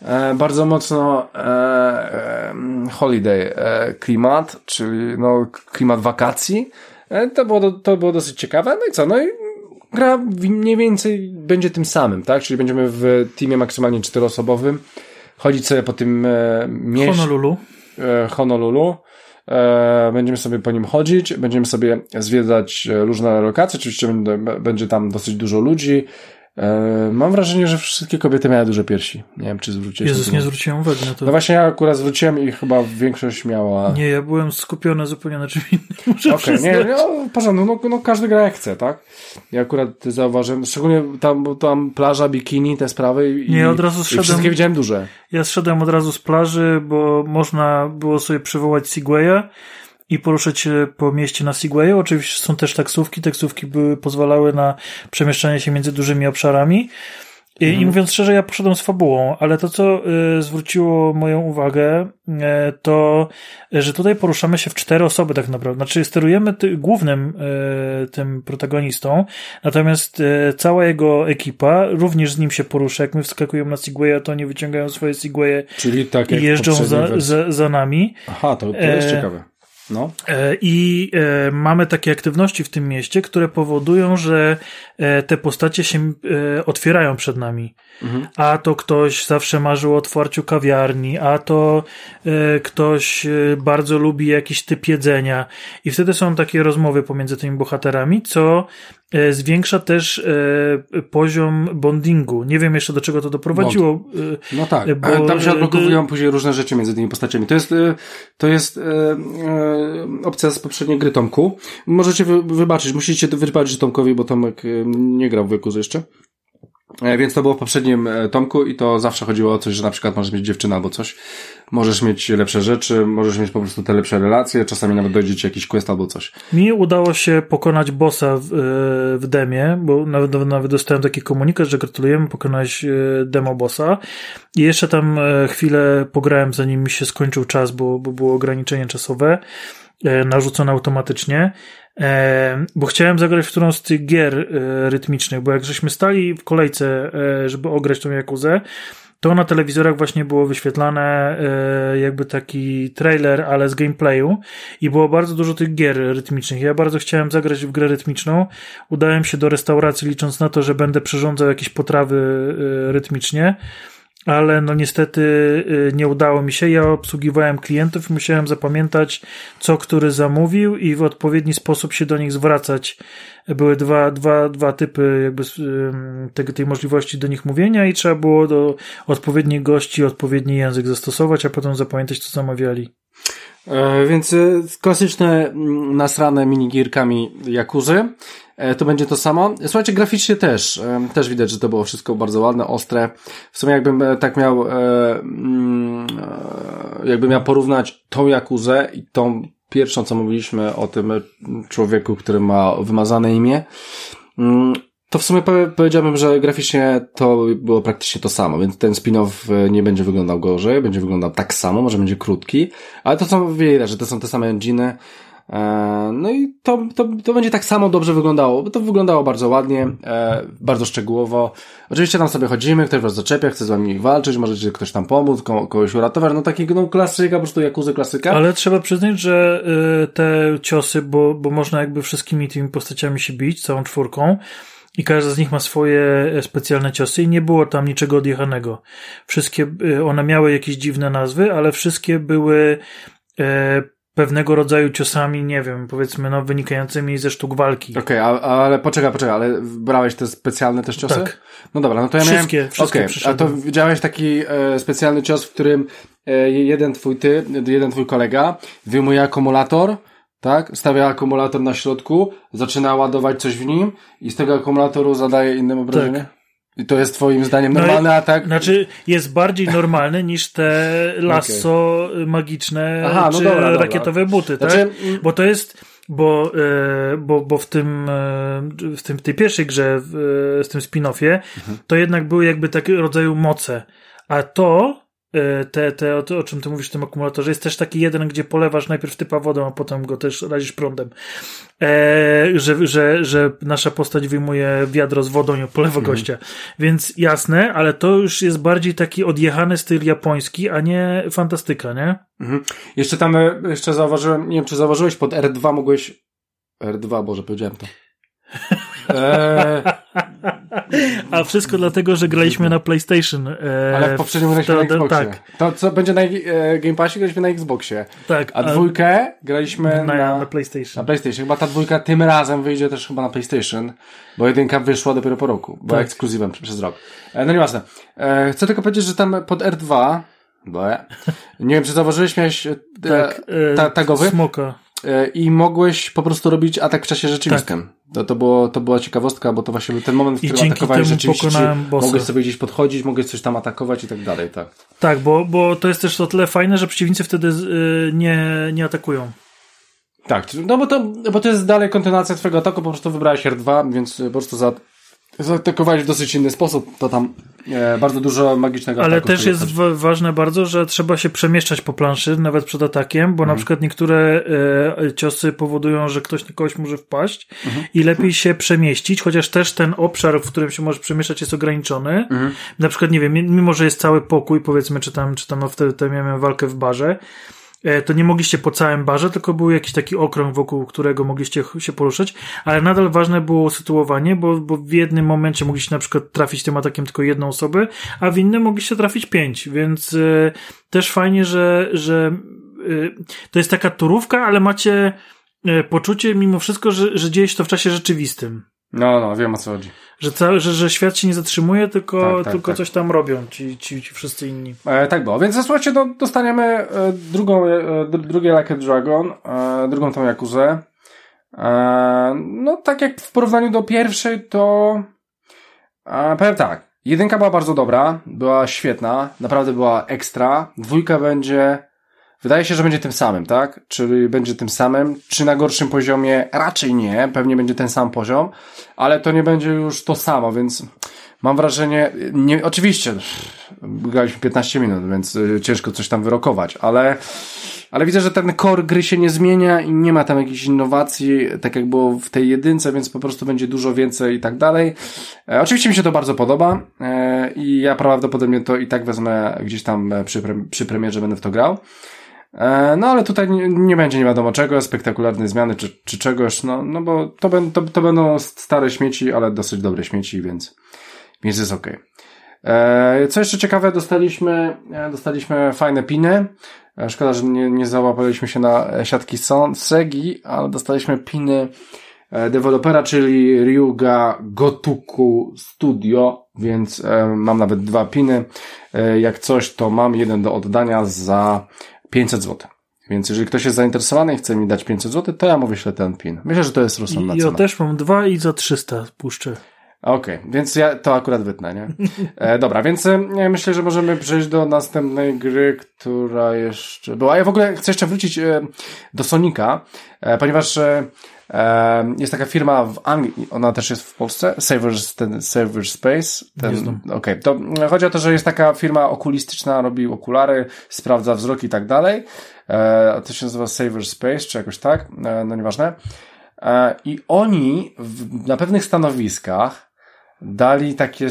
holiday klimat, czyli no klimat wakacji. To było dosyć ciekawe. No i co? No i gra mniej więcej będzie tym samym, tak? Czyli będziemy w teamie maksymalnie 4-osobowym chodzić sobie po tym mieście Honolulu. Będziemy sobie po nim chodzić, będziemy sobie zwiedzać różne lokacje, oczywiście będzie tam dosyć dużo ludzi. Mam wrażenie, że wszystkie kobiety miały duże piersi. Nie wiem, czy zwróciłeś Jezus, nie zwróciłem uwagi na to. No właśnie ja akurat zwróciłem i chyba większość miała... Nie, ja byłem skupiony zupełnie na czym innym. Okej, w porządku, no każdy gra jak chce, tak? Ja akurat zauważyłem, szczególnie tam plaża, bikini, te sprawy i od razu zszedłem, wszystkie widziałem duże. Ja zszedłem od razu z plaży, bo można było sobie przywołać Segwaya i poruszać się po mieście na Segwayu. Oczywiście są też taksówki. Taksówki pozwalały na przemieszczanie się między dużymi obszarami. I mówiąc szczerze, ja poszedłem z fabułą, ale to, co zwróciło moją uwagę, to, że tutaj poruszamy się w 4 osoby tak naprawdę. Znaczy sterujemy głównym tym protagonistą, natomiast cała jego ekipa również z nim się porusza. Jak my wskakujemy na Segwaya, to oni wyciągają swoje Segwaye i jeżdżą za nami. Aha, to jest ciekawe. No. I mamy takie aktywności w tym mieście, które powodują, że te postacie się otwierają przed nami. A to ktoś zawsze marzył o otwarciu kawiarni, a to ktoś bardzo lubi jakiś typ jedzenia. I wtedy są takie rozmowy pomiędzy tymi bohaterami, co zwiększa też poziom bondingu. Nie wiem jeszcze, do czego to doprowadziło. No tak, bo tam się odblokowują później różne rzeczy między tymi postaciami. To jest opcja z poprzedniej gry, Tomku. Możecie wybaczyć, musicie wybaczyć Tomkowi, bo Tomek nie grał w Yakuza jeszcze. Więc to było w poprzednim Tomku i to zawsze chodziło o coś, że na przykład możesz mieć dziewczynę albo coś, możesz mieć lepsze rzeczy, możesz mieć po prostu te lepsze relacje, czasami nawet dojdzie ci jakiś quest albo coś. Mi udało się pokonać bossa w demie, bo nawet dostałem taki komunikat, że gratulujemy, pokonałeś demo bossa i jeszcze tam chwilę pograłem, zanim mi się skończył czas, bo było ograniczenie czasowe narzucone automatycznie, bo chciałem zagrać w którąś z tych gier rytmicznych, bo jak żeśmy stali w kolejce, żeby ograć tą Yakuzę, to na telewizorach właśnie było wyświetlane jakby taki trailer, ale z gameplayu i było bardzo dużo tych gier rytmicznych. Ja bardzo chciałem zagrać w grę rytmiczną. Udałem się do restauracji, licząc na to, że będę przyrządzał jakieś potrawy rytmicznie, ale no niestety nie udało mi się. Ja obsługiwałem klientów i musiałem zapamiętać, co który zamówił i w odpowiedni sposób się do nich zwracać. Były dwa typy jakby tej możliwości do nich mówienia i trzeba było do odpowiednich gości odpowiedni język zastosować, a potem zapamiętać, co zamawiali. Więc klasyczne nasrane minigierkami Yakuzy. To będzie to samo. Słuchajcie, graficznie też widać, że to było wszystko bardzo ładne, ostre. W sumie jakbym tak miał porównać tą Yakuzę i tą pierwszą, co mówiliśmy o tym człowieku, który ma wymazane imię, to w sumie powiedziałbym, że graficznie to było praktycznie to samo, więc ten spin-off nie będzie wyglądał gorzej, będzie wyglądał tak samo, może będzie krótki, ale to są widać, że to są te same enginy. No i to będzie tak samo dobrze wyglądało, bo to wyglądało bardzo ładnie, bardzo szczegółowo. Oczywiście tam sobie chodzimy, ktoś was zaczepia, chce z wami walczyć, możecie ktoś tam pomóc, kogoś uratować, no takiego klasyka, po prostu Yakuza klasyka. Ale trzeba przyznać, że te ciosy, bo można jakby wszystkimi tymi postaciami się bić, całą 4, i każda z nich ma swoje specjalne ciosy i nie było tam niczego odjechanego. Wszystkie, one miały jakieś dziwne nazwy, ale wszystkie były pewnego rodzaju ciosami, nie wiem, powiedzmy, no, wynikającymi ze sztuk walki. Okej, ale poczekaj, ale brałeś te specjalne też ciosy? Tak. No dobra, no to ja Wszystkie a to widziałeś taki specjalny cios, w którym jeden twój kolega wyjmuje akumulator, tak? Stawia akumulator na środku, zaczyna ładować coś w nim i z tego akumulatoru zadaje innym obrażenie? Tak. I to jest twoim zdaniem normalny atak? Znaczy, jest bardziej normalny niż te lasso magiczne, czy rakietowe buty, znaczy, tak? Bo to jest, bo w tej pierwszej grze, w tym spin-offie, to jednak były jakby takiego rodzaju moce. A to, o czym ty mówisz w tym akumulatorze, jest też taki jeden, gdzie polewasz najpierw typa wodą, a potem go też razisz prądem. Że nasza postać wyjmuje wiadro z wodą i polewa gościa. Więc jasne, ale to już jest bardziej taki odjechany styl japoński, a nie fantastyka, nie? Jeszcze zauważyłem, nie wiem, czy zauważyłeś, pod R2 mogłeś... R2, Boże, powiedziałem to. A wszystko dlatego, że graliśmy na PlayStation. Ale w poprzednim graliśmy na Xboxie. Tak. To co będzie na Game Passie, graliśmy na Xboxie. Tak. A dwójkę graliśmy na PlayStation. Na PlayStation. Chyba ta dwójka tym razem wyjdzie też chyba na PlayStation, bo jedynka wyszła dopiero po roku. Była ekskluzywem przez rok. No nieważne. Chcę tylko powiedzieć, że tam pod R2 nie wiem, czy zauważyłeś, miałeś tagowy? Smoka. I mogłeś po prostu robić atak w czasie rzeczywistym. Tak. To była ciekawostka, bo to właśnie był ten moment, w którym atakowałeś rzeczywiście. Mogłeś sobie gdzieś podchodzić, mogłeś coś tam atakować i tak dalej, tak. Tak, bo to jest też o tyle fajne, że przeciwnicy wtedy nie atakują. Tak, no bo to jest dalej kontynuacja twojego ataku, po prostu wybrałeś R2, więc po prostu zaatakowałeś w dosyć inny sposób, to tam bardzo dużo magicznego ataku. Ale też jest ważne bardzo, że trzeba się przemieszczać po planszy, nawet przed atakiem, bo na przykład niektóre ciosy powodują, że ktoś na kogoś może wpaść i lepiej się przemieścić, chociaż też ten obszar, w którym się możesz przemieszczać, jest ograniczony. Na przykład, nie wiem, mimo że jest cały pokój, powiedzmy, czy tam wtedy miałem walkę w barze, to nie mogliście po całym barze, tylko był jakiś taki okrąg, wokół którego mogliście się poruszać, ale nadal ważne było usytuowanie, bo w jednym momencie mogliście na przykład trafić tym atakiem tylko jedną osobę, a w innym mogliście trafić 5, więc też fajnie, że to jest taka turówka, ale macie poczucie mimo wszystko, że dzieje się to w czasie rzeczywistym. No, wiem o co chodzi. Że świat się nie zatrzymuje, tylko coś tam robią ci wszyscy inni. Tak było. Więc słuchajcie, dostaniemy drugie Like a Dragon, drugą tą Yakuzę. No tak jak w porównaniu do pierwszej, to powiem tak. Jedynka była bardzo dobra, była świetna, naprawdę była ekstra. Dwójka wydaje się, że będzie tym samym, tak? Czyli będzie tym samym. Czy na gorszym poziomie? Raczej nie. Pewnie będzie ten sam poziom, ale to nie będzie już to samo, więc mam wrażenie, oczywiście graliśmy 15 minut, więc ciężko coś tam wyrokować, ale widzę, że ten core gry się nie zmienia i nie ma tam jakichś innowacji, tak jak było w tej jedynce, więc po prostu będzie dużo więcej i tak dalej. Oczywiście mi się to bardzo podoba i ja prawdopodobnie to i tak wezmę gdzieś tam przy premierze, będę w to grał. No ale tutaj nie będzie nie wiadomo czego, spektakularnej zmiany czy czegoś, no bo to będą stare śmieci, ale dosyć dobre śmieci, więc jest okej. Co jeszcze ciekawe, dostaliśmy fajne piny. Szkoda, że nie załapaliśmy się na siatki Segi, ale dostaliśmy piny dewelopera, czyli Ryuga Gotoku Studio, więc mam nawet 2 piny. Jak coś, to mam jeden do oddania za 500 zł. Więc jeżeli ktoś jest zainteresowany i chce mi dać 500 zł, to ja mu wyślę ten pin. Myślę, że to jest rozsądna cena. Ja też mam 2 i za 300 puszczę. Okej, więc ja to akurat wytnę, nie? Dobra, więc myślę, że możemy przejść do następnej gry, która jeszcze była. Ja w ogóle chcę jeszcze wrócić do Sonika, ponieważ jest taka firma w Anglii, ona też jest w Polsce, Saver Space. Okej, to chodzi o to, że jest taka firma okulistyczna, robi okulary, sprawdza wzrok i tak dalej. To się nazywa Saver Space, czy jakoś tak, no nieważne. I oni na pewnych stanowiskach dali takie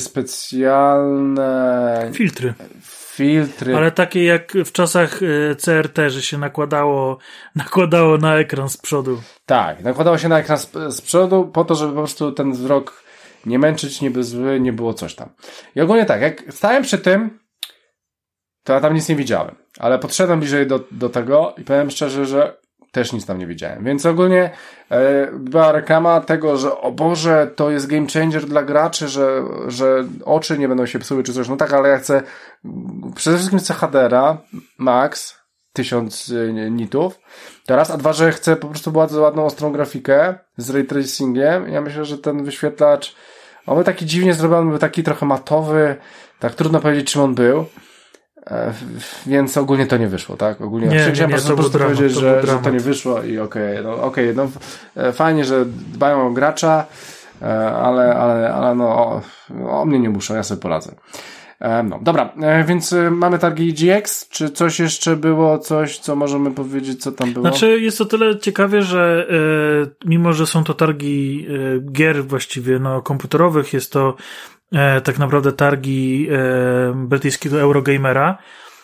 specjalne filtry. Ale takie jak w czasach CRT, że się nakładało na ekran z przodu. Tak, nakładało się na ekran z przodu po to, żeby po prostu ten wzrok nie męczyć, nie był zły, nie było coś tam. I ogólnie tak, jak stałem przy tym, to ja tam nic nie widziałem. Ale podszedłem bliżej do tego i powiem szczerze, że też nic tam nie widziałem. Więc ogólnie była reklama tego, że o Boże, to jest game changer dla graczy, że oczy nie będą się psuły czy coś. No tak, ale ja chcę przede wszystkim chcę HDR-a Max 1000 nitów. Teraz, a dwa, że chcę po prostu bardzo ładną, ostrą grafikę z ray tracingiem. Ja myślę, że ten wyświetlacz on był taki dziwnie zrobiony, był taki trochę matowy, tak trudno powiedzieć, czym on był. Więc ogólnie to nie wyszło, tak? Ogólnie chciałem po prostu powiedzieć, że to nie wyszło i okej, fajnie, że dbają o gracza, ale no o mnie nie muszą, ja sobie poradzę. No, dobra, więc mamy targi GX, czy coś jeszcze było, coś, co możemy powiedzieć, co tam było? Znaczy, jest to tyle ciekawie, że mimo, że są to targi gier właściwie, no, komputerowych, jest to tak naprawdę targi brytyjskiego Eurogamera,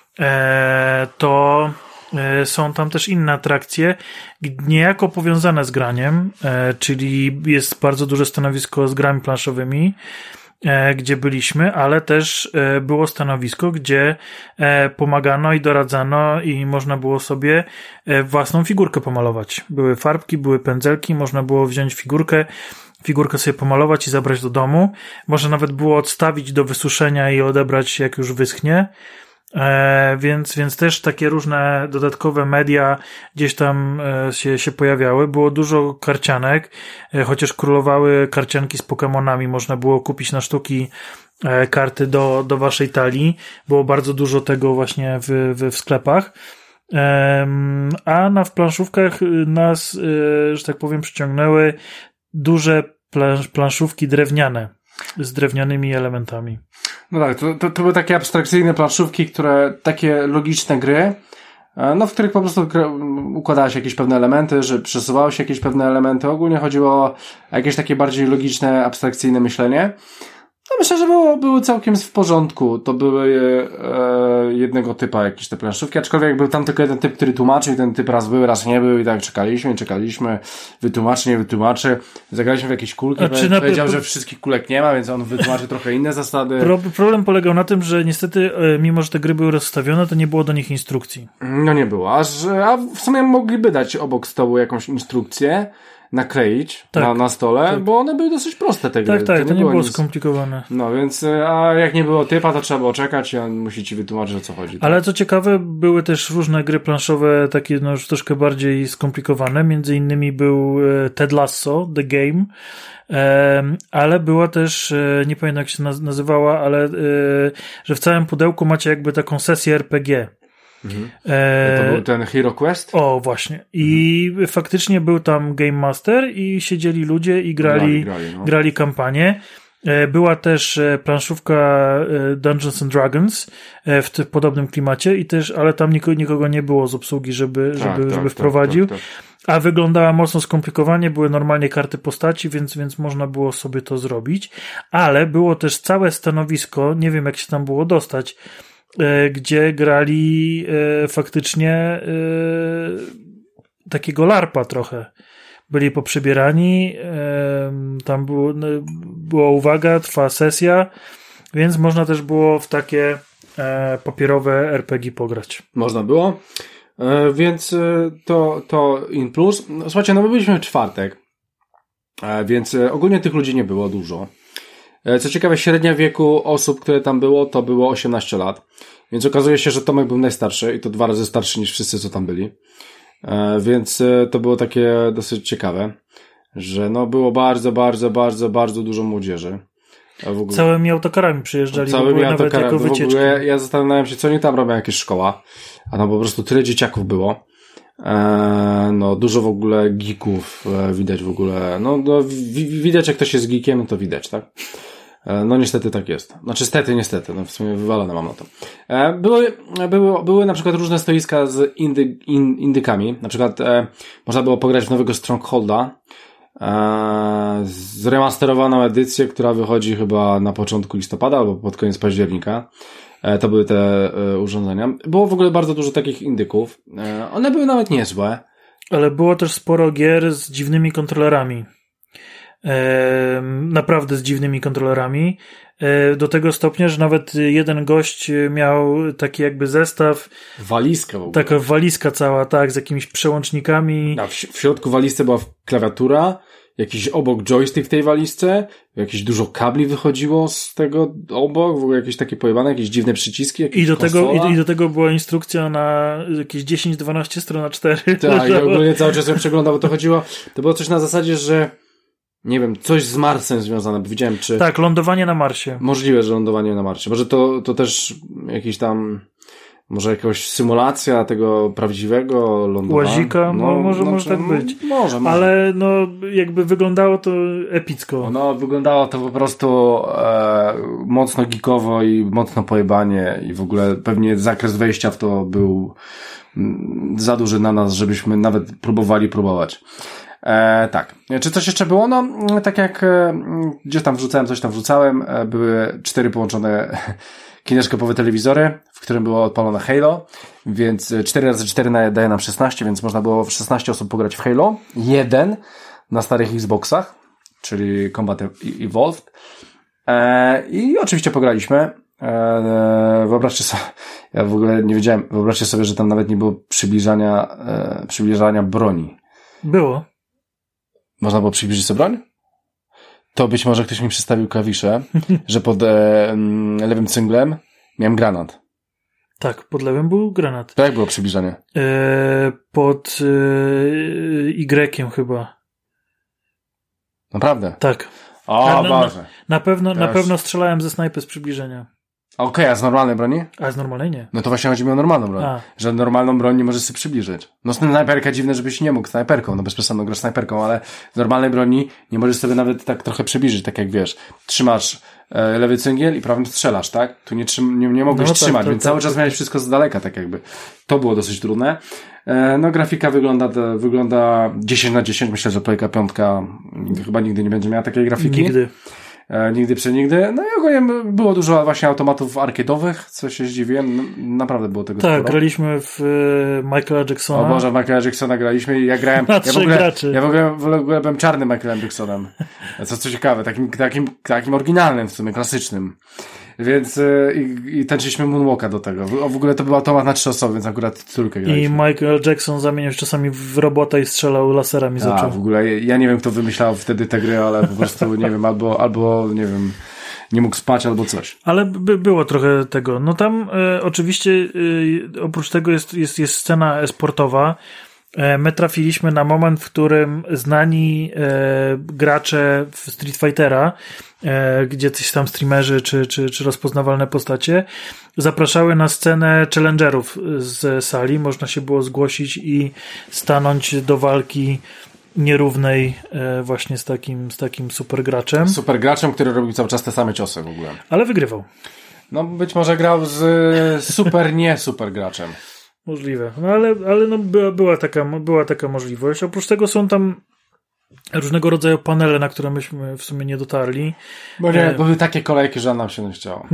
to są tam też inne atrakcje, niejako powiązane z graniem, czyli jest bardzo duże stanowisko z grami planszowymi, gdzie byliśmy, ale też było stanowisko, gdzie pomagano i doradzano i można było sobie własną figurkę pomalować. Były farbki, były pędzelki, można było wziąć figurkę sobie pomalować i zabrać do domu. Można nawet było odstawić do wysuszenia i odebrać, jak już wyschnie. Więc też takie różne dodatkowe media gdzieś tam się pojawiały. Było dużo karcianek, chociaż królowały karcianki z Pokemonami. Można było kupić na sztuki karty do waszej talii. Było bardzo dużo tego właśnie w sklepach. A w planszówkach nas, że tak powiem, przyciągnęły duże planszówki drewniane z drewnianymi elementami. No tak, to były takie abstrakcyjne planszówki, takie logiczne gry, no w których po prostu układało się jakieś pewne elementy, że przesuwało się jakieś pewne elementy. Ogólnie chodziło o jakieś takie bardziej logiczne, abstrakcyjne myślenie. No myślę, że były całkiem w porządku. To były jednego typa jakieś te planszówki, aczkolwiek był tam tylko jeden typ, który tłumaczył i ten typ raz był, raz nie był i tak czekaliśmy, wytłumaczy, nie wytłumaczy. Zagraliśmy w jakieś kulki, powiedział, że wszystkich kulek nie ma, więc on wytłumaczył trochę inne zasady. Problem polegał na tym, że niestety, mimo że te gry były rozstawione, to nie było do nich instrukcji. No nie było, a w sumie mogliby dać obok stołu jakąś instrukcję, nakleić na stole, tak. Bo one były dosyć proste te gry. Tak, to nie było skomplikowane. No więc, a jak nie było typa, to trzeba było czekać i on musi ci wytłumaczyć, o co chodzi. Tak? Ale co ciekawe, były też różne gry planszowe, takie no już troszkę bardziej skomplikowane. Między innymi był Ted Lasso, The Game, ale była też, nie pamiętam jak się nazywała, ale że w całym pudełku macie jakby taką sesję RPG. Mhm. To był ten Hero Quest? O, właśnie. I faktycznie był tam Game Master i siedzieli ludzie i grali kampanię. Była też planszówka Dungeons and Dragons w podobnym klimacie i też, ale tam nikogo nie było z obsługi, żeby wprowadził. Tak. A wyglądała mocno skomplikowanie, były normalnie karty postaci, więc można było sobie to zrobić. Ale było też całe stanowisko, nie wiem jak się tam było dostać, gdzie grali faktycznie takiego larpa trochę. Byli poprzebierani, tam była uwaga, trwa sesja, więc można też było w takie papierowe RPG pograć. Można było, więc to in plus. No, słuchajcie, my byliśmy w czwartek, więc ogólnie tych ludzi nie było dużo. Co ciekawe, średnia wieku osób, które tam to było 18 lat. Więc okazuje się, że Tomek był najstarszy i to 2 razy starszy niż wszyscy, co tam byli. Więc to było takie dosyć ciekawe, że no było bardzo, bardzo, bardzo, bardzo dużo młodzieży. Całymi autokarami przyjeżdżali, całymi autokarami, nawet jako wycieczki. Ja zastanawiałem się, co oni tam robią, jakieś szkoła, a tam po prostu tyle dzieciaków było. No dużo w ogóle geeków widać w ogóle, no widać jak ktoś jest geekiem, no to widać, tak? No niestety tak jest. Znaczy niestety, no w sumie wywalone mam na to. Były na przykład różne stoiska z indykami, na przykład można było pograć w nowego Strongholda, zremasterowaną edycję, która wychodzi chyba na początku listopada albo pod koniec października. To były te urządzenia. Było w ogóle bardzo dużo takich indyków. One były nawet niezłe. Ale było też sporo gier z dziwnymi kontrolerami. Naprawdę z dziwnymi kontrolerami. do tego stopnia, że nawet jeden gość miał taki jakby zestaw. Walizka w ogóle. Taka walizka cała, tak, z jakimiś przełącznikami. A w środku walizce była klawiatura, jakiś obok joystick w tej walizce, jakieś dużo kabli wychodziło z tego obok, w ogóle jakieś takie pojebane, jakieś dziwne przyciski, jakieś I do tego była instrukcja na jakieś 10-12 stron A4. Tak, ja ogólnie cały czas ją przeglądał, bo to było coś na zasadzie, że nie wiem, coś z Marsem związane, bo widziałem, czy... Tak, lądowanie na Marsie. Możliwe, że lądowanie na Marsie. Może to też jakiś tam... Może jakaś symulacja tego prawdziwego lądowania. Łazika? Może tak być. Może. Ale jakby wyglądało to epicko. Wyglądało to po prostu mocno geekowo i mocno pojebanie i w ogóle pewnie zakres wejścia w to był za duży na nas, żebyśmy nawet próbować. Tak. Czy coś jeszcze było? Tak jak gdzieś tam wrzucałem, coś tam wrzucałem. Były 4 połączone kineszkopowe telewizory, w którym było odpalone Halo, więc 4x4 daje nam 16, więc można było w 16 osób pograć w Halo. 1 na starych Xboxach, czyli Combat Evolved. I oczywiście pograliśmy. Wyobraźcie sobie, ja w ogóle nie wiedziałem, wyobraźcie sobie, że tam nawet nie było przybliżania broni. Było. Można było przybliżyć sobie broń? To być może ktoś mi przedstawił klawisze, że pod lewym cynglem miałem granat. Tak, pod lewym był granat. To jak było przybliżanie? Pod Y chyba. Naprawdę? Tak. O Boże. Na pewno strzelałem ze snajpy z przybliżenia. Okej, a z normalnej broni? A z normalnej nie. No to właśnie chodzi mi o normalną broń. Że normalną broń nie możesz sobie przybliżyć. Snajperka dziwne, żebyś nie mógł snajperką, bez przesady grasz snajperką, ale z normalnej broni nie możesz sobie nawet tak trochę przybliżyć, tak jak wiesz. Trzymasz lewy cyngiel i prawym strzelasz, tak? Tu nie mogłeś trzymać, więc cały czas miałeś wszystko z daleka, tak jakby. To było dosyć trudne. Grafika wygląda 10/10. Myślę, że Playka 5 chyba nigdy nie będzie miała takiej grafiki. Nigdy przenigdy. No i ogólnie było dużo właśnie automatów arcade'owych, co się zdziwiłem. Naprawdę było tego tak, sporo. graliśmy w Michaela Jacksona. O Boże, Michaela Jacksona graliśmy i ja grałem... Ja w ogóle byłem czarnym Michaelem Jacksonem. Co ciekawe, takim oryginalnym w sumie, klasycznym. Więc i tańczyliśmy moonwalka do tego. W ogóle to był automat na 3 osoby, więc akurat trójkę graliśmy. I Michael Jackson zamieniał się czasami w robota i strzelał laserami z oczu. W ogóle ja nie wiem, kto wymyślał wtedy te gry, ale po prostu nie wiem, albo nie wiem, nie mógł spać albo coś. Ale było trochę tego. No tam oczywiście oprócz tego jest scena e-sportowa. My trafiliśmy na moment, w którym znani gracze w Street Fightera, gdzie coś tam streamerzy czy rozpoznawalne postacie zapraszały na scenę challengerów z sali. Można się było zgłosić i stanąć do walki nierównej właśnie z takim super graczem. Super graczem, który robił cały czas te same ciosy w ogóle. Ale wygrywał. No być może grał z nie super graczem. Możliwe. No ale była taka możliwość. Oprócz tego są tam różnego rodzaju panele, na które myśmy w sumie nie dotarli. Bo były takie kolejki, że nam się nie chciało.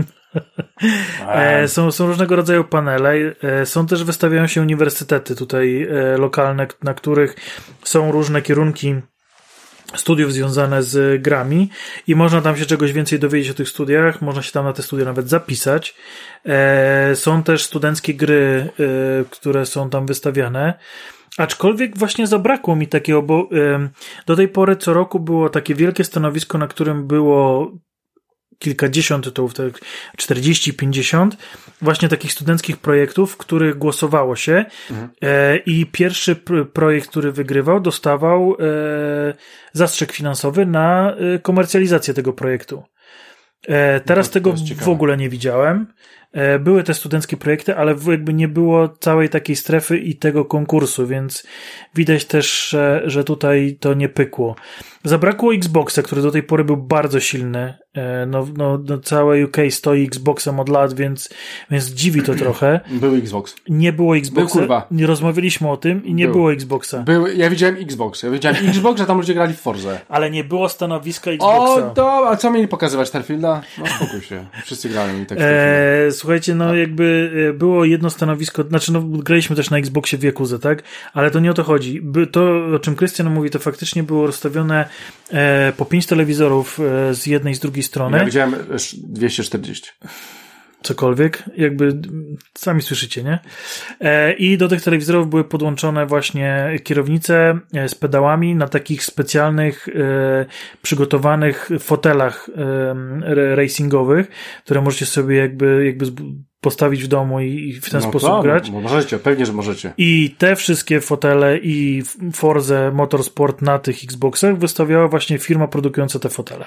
Są różnego rodzaju panele. Są też, wystawiają się uniwersytety tutaj lokalne, na których są różne kierunki studiów związane z grami i można tam się czegoś więcej dowiedzieć o tych studiach, można się tam na te studia nawet zapisać. Są też studenckie gry, które są tam wystawiane. Aczkolwiek właśnie zabrakło mi takiego, bo do tej pory co roku było takie wielkie stanowisko, na którym było kilkadziesiąt tytułów, 40-50 właśnie takich studenckich projektów, w których głosowało się i pierwszy projekt, który wygrywał, dostawał zastrzyk finansowy na komercjalizację tego projektu. Teraz tego w ogóle nie widziałem. Były te studenckie projekty, ale jakby nie było całej takiej strefy i tego konkursu, więc widać też, że tutaj to nie pykło. Zabrakło Xboxa, który do tej pory był bardzo silny. Całe UK stoi Xboxem od lat, więc dziwi to trochę. Był Xbox. Nie było Xboxa. Był, kurwa. Nie rozmawialiśmy o tym i nie było Xboxa. Ja widziałem Xbox, że tam ludzie grali w Forze. Ale nie było stanowiska Xboxa. A co mieli pokazywać? Starfielda? No spokój się. Wszyscy grali i tak. słuchajcie, no jakby było jedno stanowisko, znaczy no graliśmy też na Xboxie w Yakuzę, tak? Ale to nie o to chodzi. To, o czym Krystian mówi, to faktycznie było rozstawione po 5 telewizorów z jednej i z drugiej strony. Ja widziałem 240. Cokolwiek, jakby sami słyszycie, nie? I do tych telewizorów były podłączone właśnie kierownice z pedałami na takich specjalnych przygotowanych fotelach racingowych, które możecie sobie jakby postawić w domu i w ten sposób grać. No, możecie, pewnie, że możecie. I te wszystkie fotele i Forza Motorsport na tych Xboxach wystawiała właśnie firma produkująca te fotele.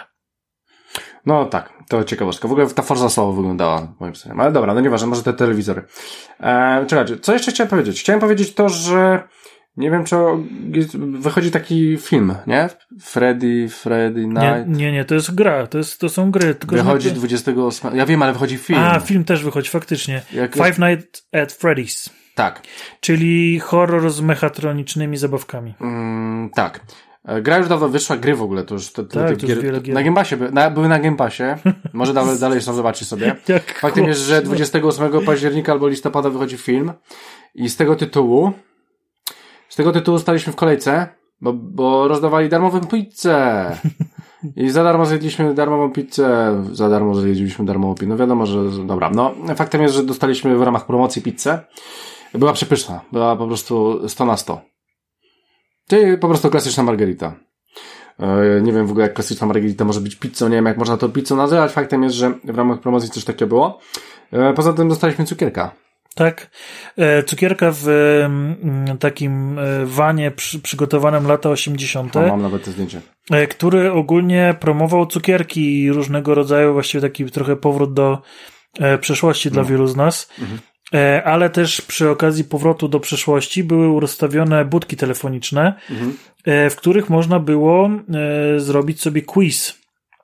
No tak, to ciekawostka. W ogóle ta Forza słabo wyglądała, moim zdaniem. Ale dobra, no nieważne, może te telewizory. Czekajcie, co jeszcze chciałem powiedzieć? Chciałem powiedzieć to, że nie wiem, czy wychodzi taki film, nie? Freddy Night. Nie, to jest gra, to są gry. Tylko wychodzi 28... Ja wiem, ale wychodzi film. Film też wychodzi, faktycznie. Five Nights at Freddy's. Tak. Czyli horror z mechatronicznymi zabawkami. Tak. Gra już dawno wyszła, gry w ogóle, to już wiele gier. Na Game Passie, były na Game Passie, może dalej są, zobaczyć sobie. Faktem jest, że 28 października albo listopada wychodzi film i z tego tytułu staliśmy w kolejce, bo rozdawali darmową pizzę. I za darmo zjedliśmy darmową pizzę, za darmo zjedliśmy darmową pizzę. No wiadomo, że dobra. No, faktem jest, że dostaliśmy w ramach promocji pizzę. Była przepyszna, była po prostu 100 na 100. Czyli po prostu klasyczna margherita. Nie wiem w ogóle jak klasyczna margherita może być pizzą, nie wiem jak można to pizzą nazywać. Faktem jest, że w ramach promocji coś takiego było. Poza tym dostaliśmy cukierka. Tak. Cukierka w takim wanie przygotowanym lata 80. Mam nawet to zdjęcie. Który ogólnie promował cukierki różnego rodzaju, właściwie taki trochę powrót do przeszłości dla wielu z nas. Ale też przy okazji powrotu do przeszłości były rozstawione budki telefoniczne, w których można było zrobić sobie quiz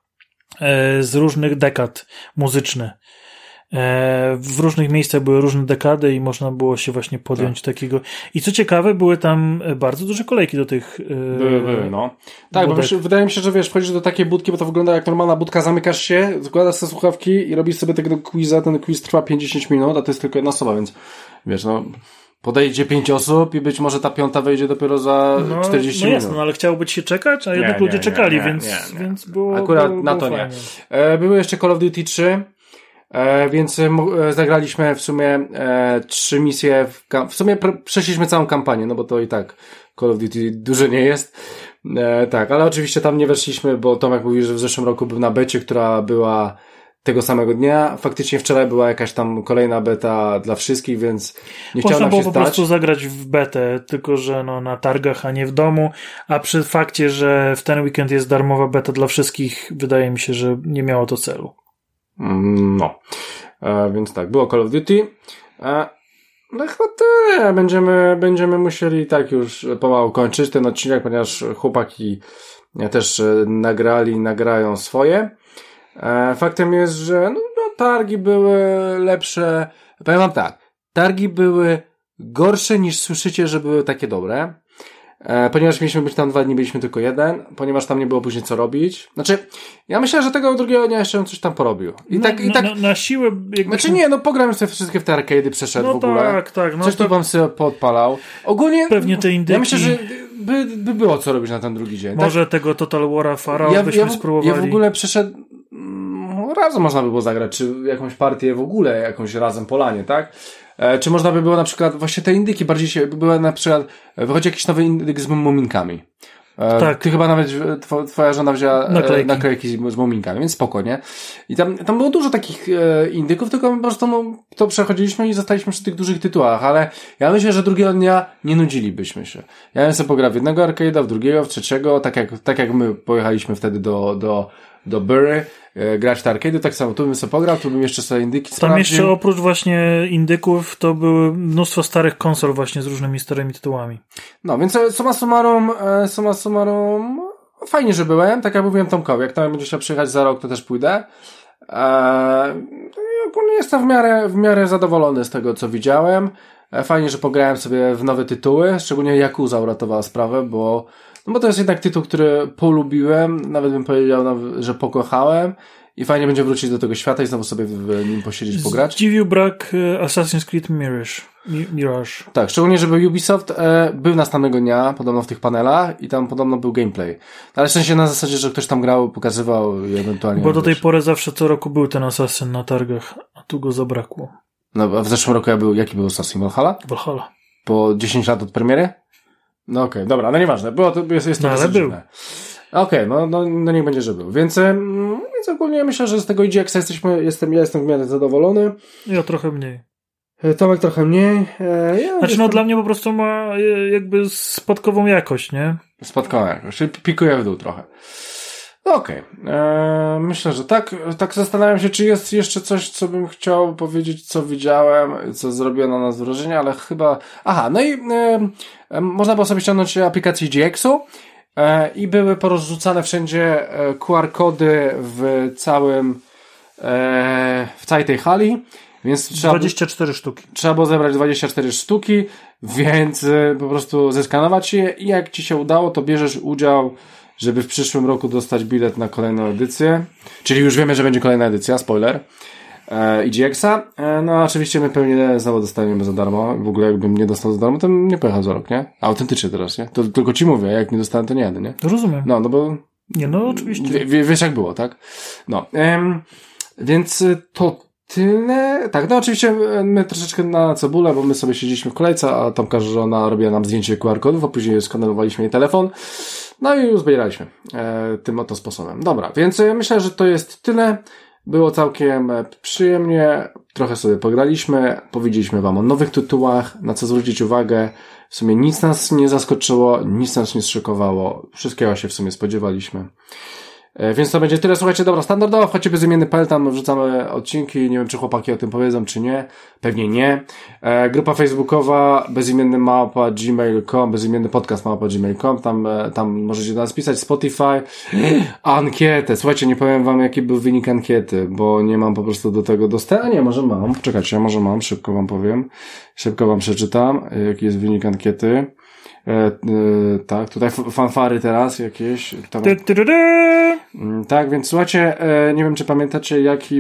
z różnych dekad muzycznych. W różnych miejscach były różne dekady i można było się właśnie podjąć takiego. I co ciekawe, były tam bardzo duże kolejki do tych były, no. Tak, budek. Bo wydaje mi się, że wiesz, wchodzisz do takiej budki, bo to wygląda jak normalna budka, zamykasz się, zakładasz sobie słuchawki i robisz sobie tego quiza, ten quiz trwa 50 minut, a to jest tylko jedna osoba, więc wiesz, no podejdzie 5 osób i być może ta 5 wejdzie dopiero za 40 minut. No jasno, ale chciałoby ci się czekać, a jednak ludzie czekali, więc było akurat było na to fajnie. Nie. Były jeszcze Call of Duty 3, więc zagraliśmy w sumie 3 misje, w sumie przeszliśmy całą kampanię, no bo to i tak Call of Duty duże nie jest. Tak, ale oczywiście tam nie weszliśmy, bo Tomek mówił, że w zeszłym roku był na becie, która była tego samego dnia. Faktycznie wczoraj była jakaś tam kolejna beta dla wszystkich, więc nie chciałem nam się stać. Można było po prostu zagrać w betę, tylko że no na targach, a nie w domu, a przy fakcie, że w ten weekend jest darmowa beta dla wszystkich, wydaje mi się, że nie miało to celu. No. Więc tak, było Call of Duty. No chyba tyle. Będziemy musieli tak już pomału kończyć ten odcinek, ponieważ chłopaki też nagrają swoje. Faktem jest, że no, targi były lepsze. Powiem wam tak, targi były gorsze niż słyszycie, że były takie dobre. Ponieważ mieliśmy być tam 2 dni, byliśmy tylko 1, ponieważ tam nie było później co robić. Znaczy, ja myślę, że tego drugiego dnia jeszcze on coś tam porobił. Na siłę... Znaczy nie, no pograłem sobie wszystkie w te arcade'y, przeszedł w ogóle. Tak. No coś tu wam sobie podpalał. Ogólnie... Pewnie te indyki... Ja myślę, że by było co robić na ten drugi dzień. Może tego Total War'a Pharaoh byśmy spróbowali. Ja w ogóle przeszedł... razem można by było zagrać, czy jakąś partię w ogóle, jakąś razem polanie, tak? Czy można by było na przykład, właśnie te indyki bardziej się, były na przykład, wychodzi jakiś nowy indyk z muminkami. Tak. Ty chyba nawet, twoja żona wzięła naklejki z muminkami, więc spokojnie. I tam było dużo takich indyków, tylko po prostu to przechodziliśmy i zostaliśmy przy tych dużych tytułach, ale ja myślę, że drugiego dnia nie nudzilibyśmy się. Ja bym sobie pograł w jednego arcade'a, w drugiego, w trzeciego, tak jak my pojechaliśmy wtedy do Bury, grać w arcade'y, tak samo tu bym sobie pograł, tu bym jeszcze sobie indyki sprawdził. Tam jeszcze oprócz właśnie indyków to były mnóstwo starych konsol właśnie z różnymi starymi tytułami. No, więc summa summarum fajnie, że byłem, tak jak mówiłem Tomkowi, jak tam będzie chciał przyjechać za rok, to też pójdę. Ogólnie jestem w miarę zadowolony z tego, co widziałem. Fajnie, że pograłem sobie w nowe tytuły, szczególnie Yakuza uratowała sprawę, bo to jest jednak tytuł, który polubiłem, nawet bym powiedział, że pokochałem i fajnie będzie wrócić do tego świata i znowu sobie w nim posiedzieć, pograć. Zdziwił brak Assassin's Creed Mirage. Tak, szczególnie, żeby Ubisoft był następnego dnia, podobno w tych panelach i tam podobno był gameplay. Ale w sensie na zasadzie, że ktoś tam grał, pokazywał i ewentualnie... Bo do tej pory zawsze co roku był ten Assassin na targach, a tu go zabrakło. No, a w zeszłym roku jaki był Assassin? Valhalla? Valhalla. Po 10 lat od premiery? No okej, dobra, no nieważne, było to, jest to ale był. Okej, no niech będzie, że był. Więc ogólnie myślę, że z tego IGX ja jestem w miarę zadowolony. Ja trochę mniej. Tomek trochę mniej. Dla mnie po prostu ma jakby spadkową jakość, nie? Spadkową jakość, pikuje w dół trochę. Okej. Myślę, że tak. Tak zastanawiam się, czy jest jeszcze coś, co bym chciał powiedzieć, co widziałem, co zrobiło na nas wrażenie, ale chyba... Aha, no i można było sobie ściągnąć aplikację GX-u i były porozrzucane wszędzie QR-kody w całej tej hali, więc 24 sztuki. Trzeba było zebrać 24 sztuki, więc po prostu zeskanować je i jak ci się udało, to bierzesz udział, żeby w przyszłym roku dostać bilet na kolejną edycję. Czyli już wiemy, że będzie kolejna edycja, spoiler, IGX-a. No oczywiście my pewnie znowu dostaniemy za darmo. W ogóle jakbym nie dostał za darmo, to bym nie pojechał za rok, nie? Autentycznie teraz, nie? To tylko ci mówię, jak nie dostałem, to nie jadę, nie? Rozumiem. No bo... Nie, no oczywiście. Wiesz jak było, tak? No. Więc to tyle. Tak, no oczywiście my troszeczkę na cebulę, bo my sobie siedzieliśmy w kolejce, a Tomka żona robiła nam zdjęcie QR-kodów, a później skanowaliśmy jej telefon. No i już zbieraliśmy tym oto sposobem. Dobra, więc myślę, że to jest tyle. Było całkiem przyjemnie. Trochę sobie pograliśmy. Powiedzieliśmy wam o nowych tytułach, na co zwrócić uwagę. W sumie nic nas nie zaskoczyło, nic nas nie zszokowało. Wszystkiego się w sumie spodziewaliśmy. Więc to będzie tyle. Słuchajcie, dobra, standardowo wchodźcie bezimienny.pl, tam wrzucamy odcinki, nie wiem, czy chłopaki o tym powiedzą, czy nie. Pewnie nie. Grupa facebookowa bezimienny@gmail.com, bezimienny podcast@gmail.com, tam możecie do nas pisać, Spotify, ankietę. Słuchajcie, nie powiem wam, jaki był wynik ankiety, bo nie mam po prostu do tego dostępu. A nie, może mam. Czekajcie, może mam, szybko wam powiem. Szybko wam przeczytam, jaki jest wynik ankiety. Tak, tutaj fanfary teraz jakieś. Tak, więc słuchajcie, nie wiem, czy pamiętacie, jakie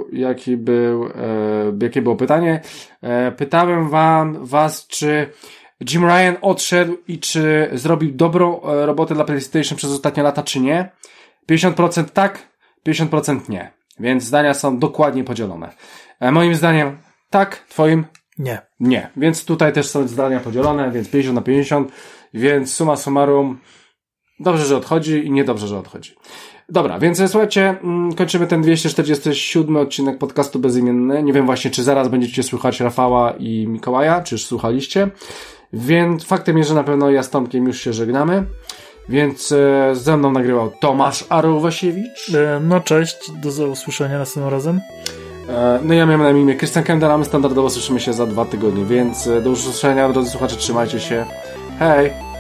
było pytanie. Pytałem was, czy Jim Ryan odszedł i czy zrobił dobrą robotę dla PlayStation przez ostatnie lata, czy nie. 50% tak, 50% nie. Więc zdania są dokładnie podzielone. Moim zdaniem tak, twoim? Nie. Nie. Więc tutaj też są zdania podzielone, więc 50/50, więc summa summarum dobrze, że odchodzi i niedobrze, że odchodzi. Dobra, więc słuchajcie, kończymy ten 247 odcinek podcastu Bezimienny. Nie wiem właśnie, czy zaraz będziecie słuchać Rafała i Mikołaja, czy już słuchaliście. Więc faktem jest, że na pewno ja z Tomkiem już się żegnamy. Więc ze mną nagrywał Tomasz Arłowasiewicz. No cześć, do usłyszenia następnym razem. No ja miałem na imię Krystian Kender, a my standardowo słyszymy się za 2 tygodnie, więc do usłyszenia, drodzy słuchacze, trzymajcie się. Hej!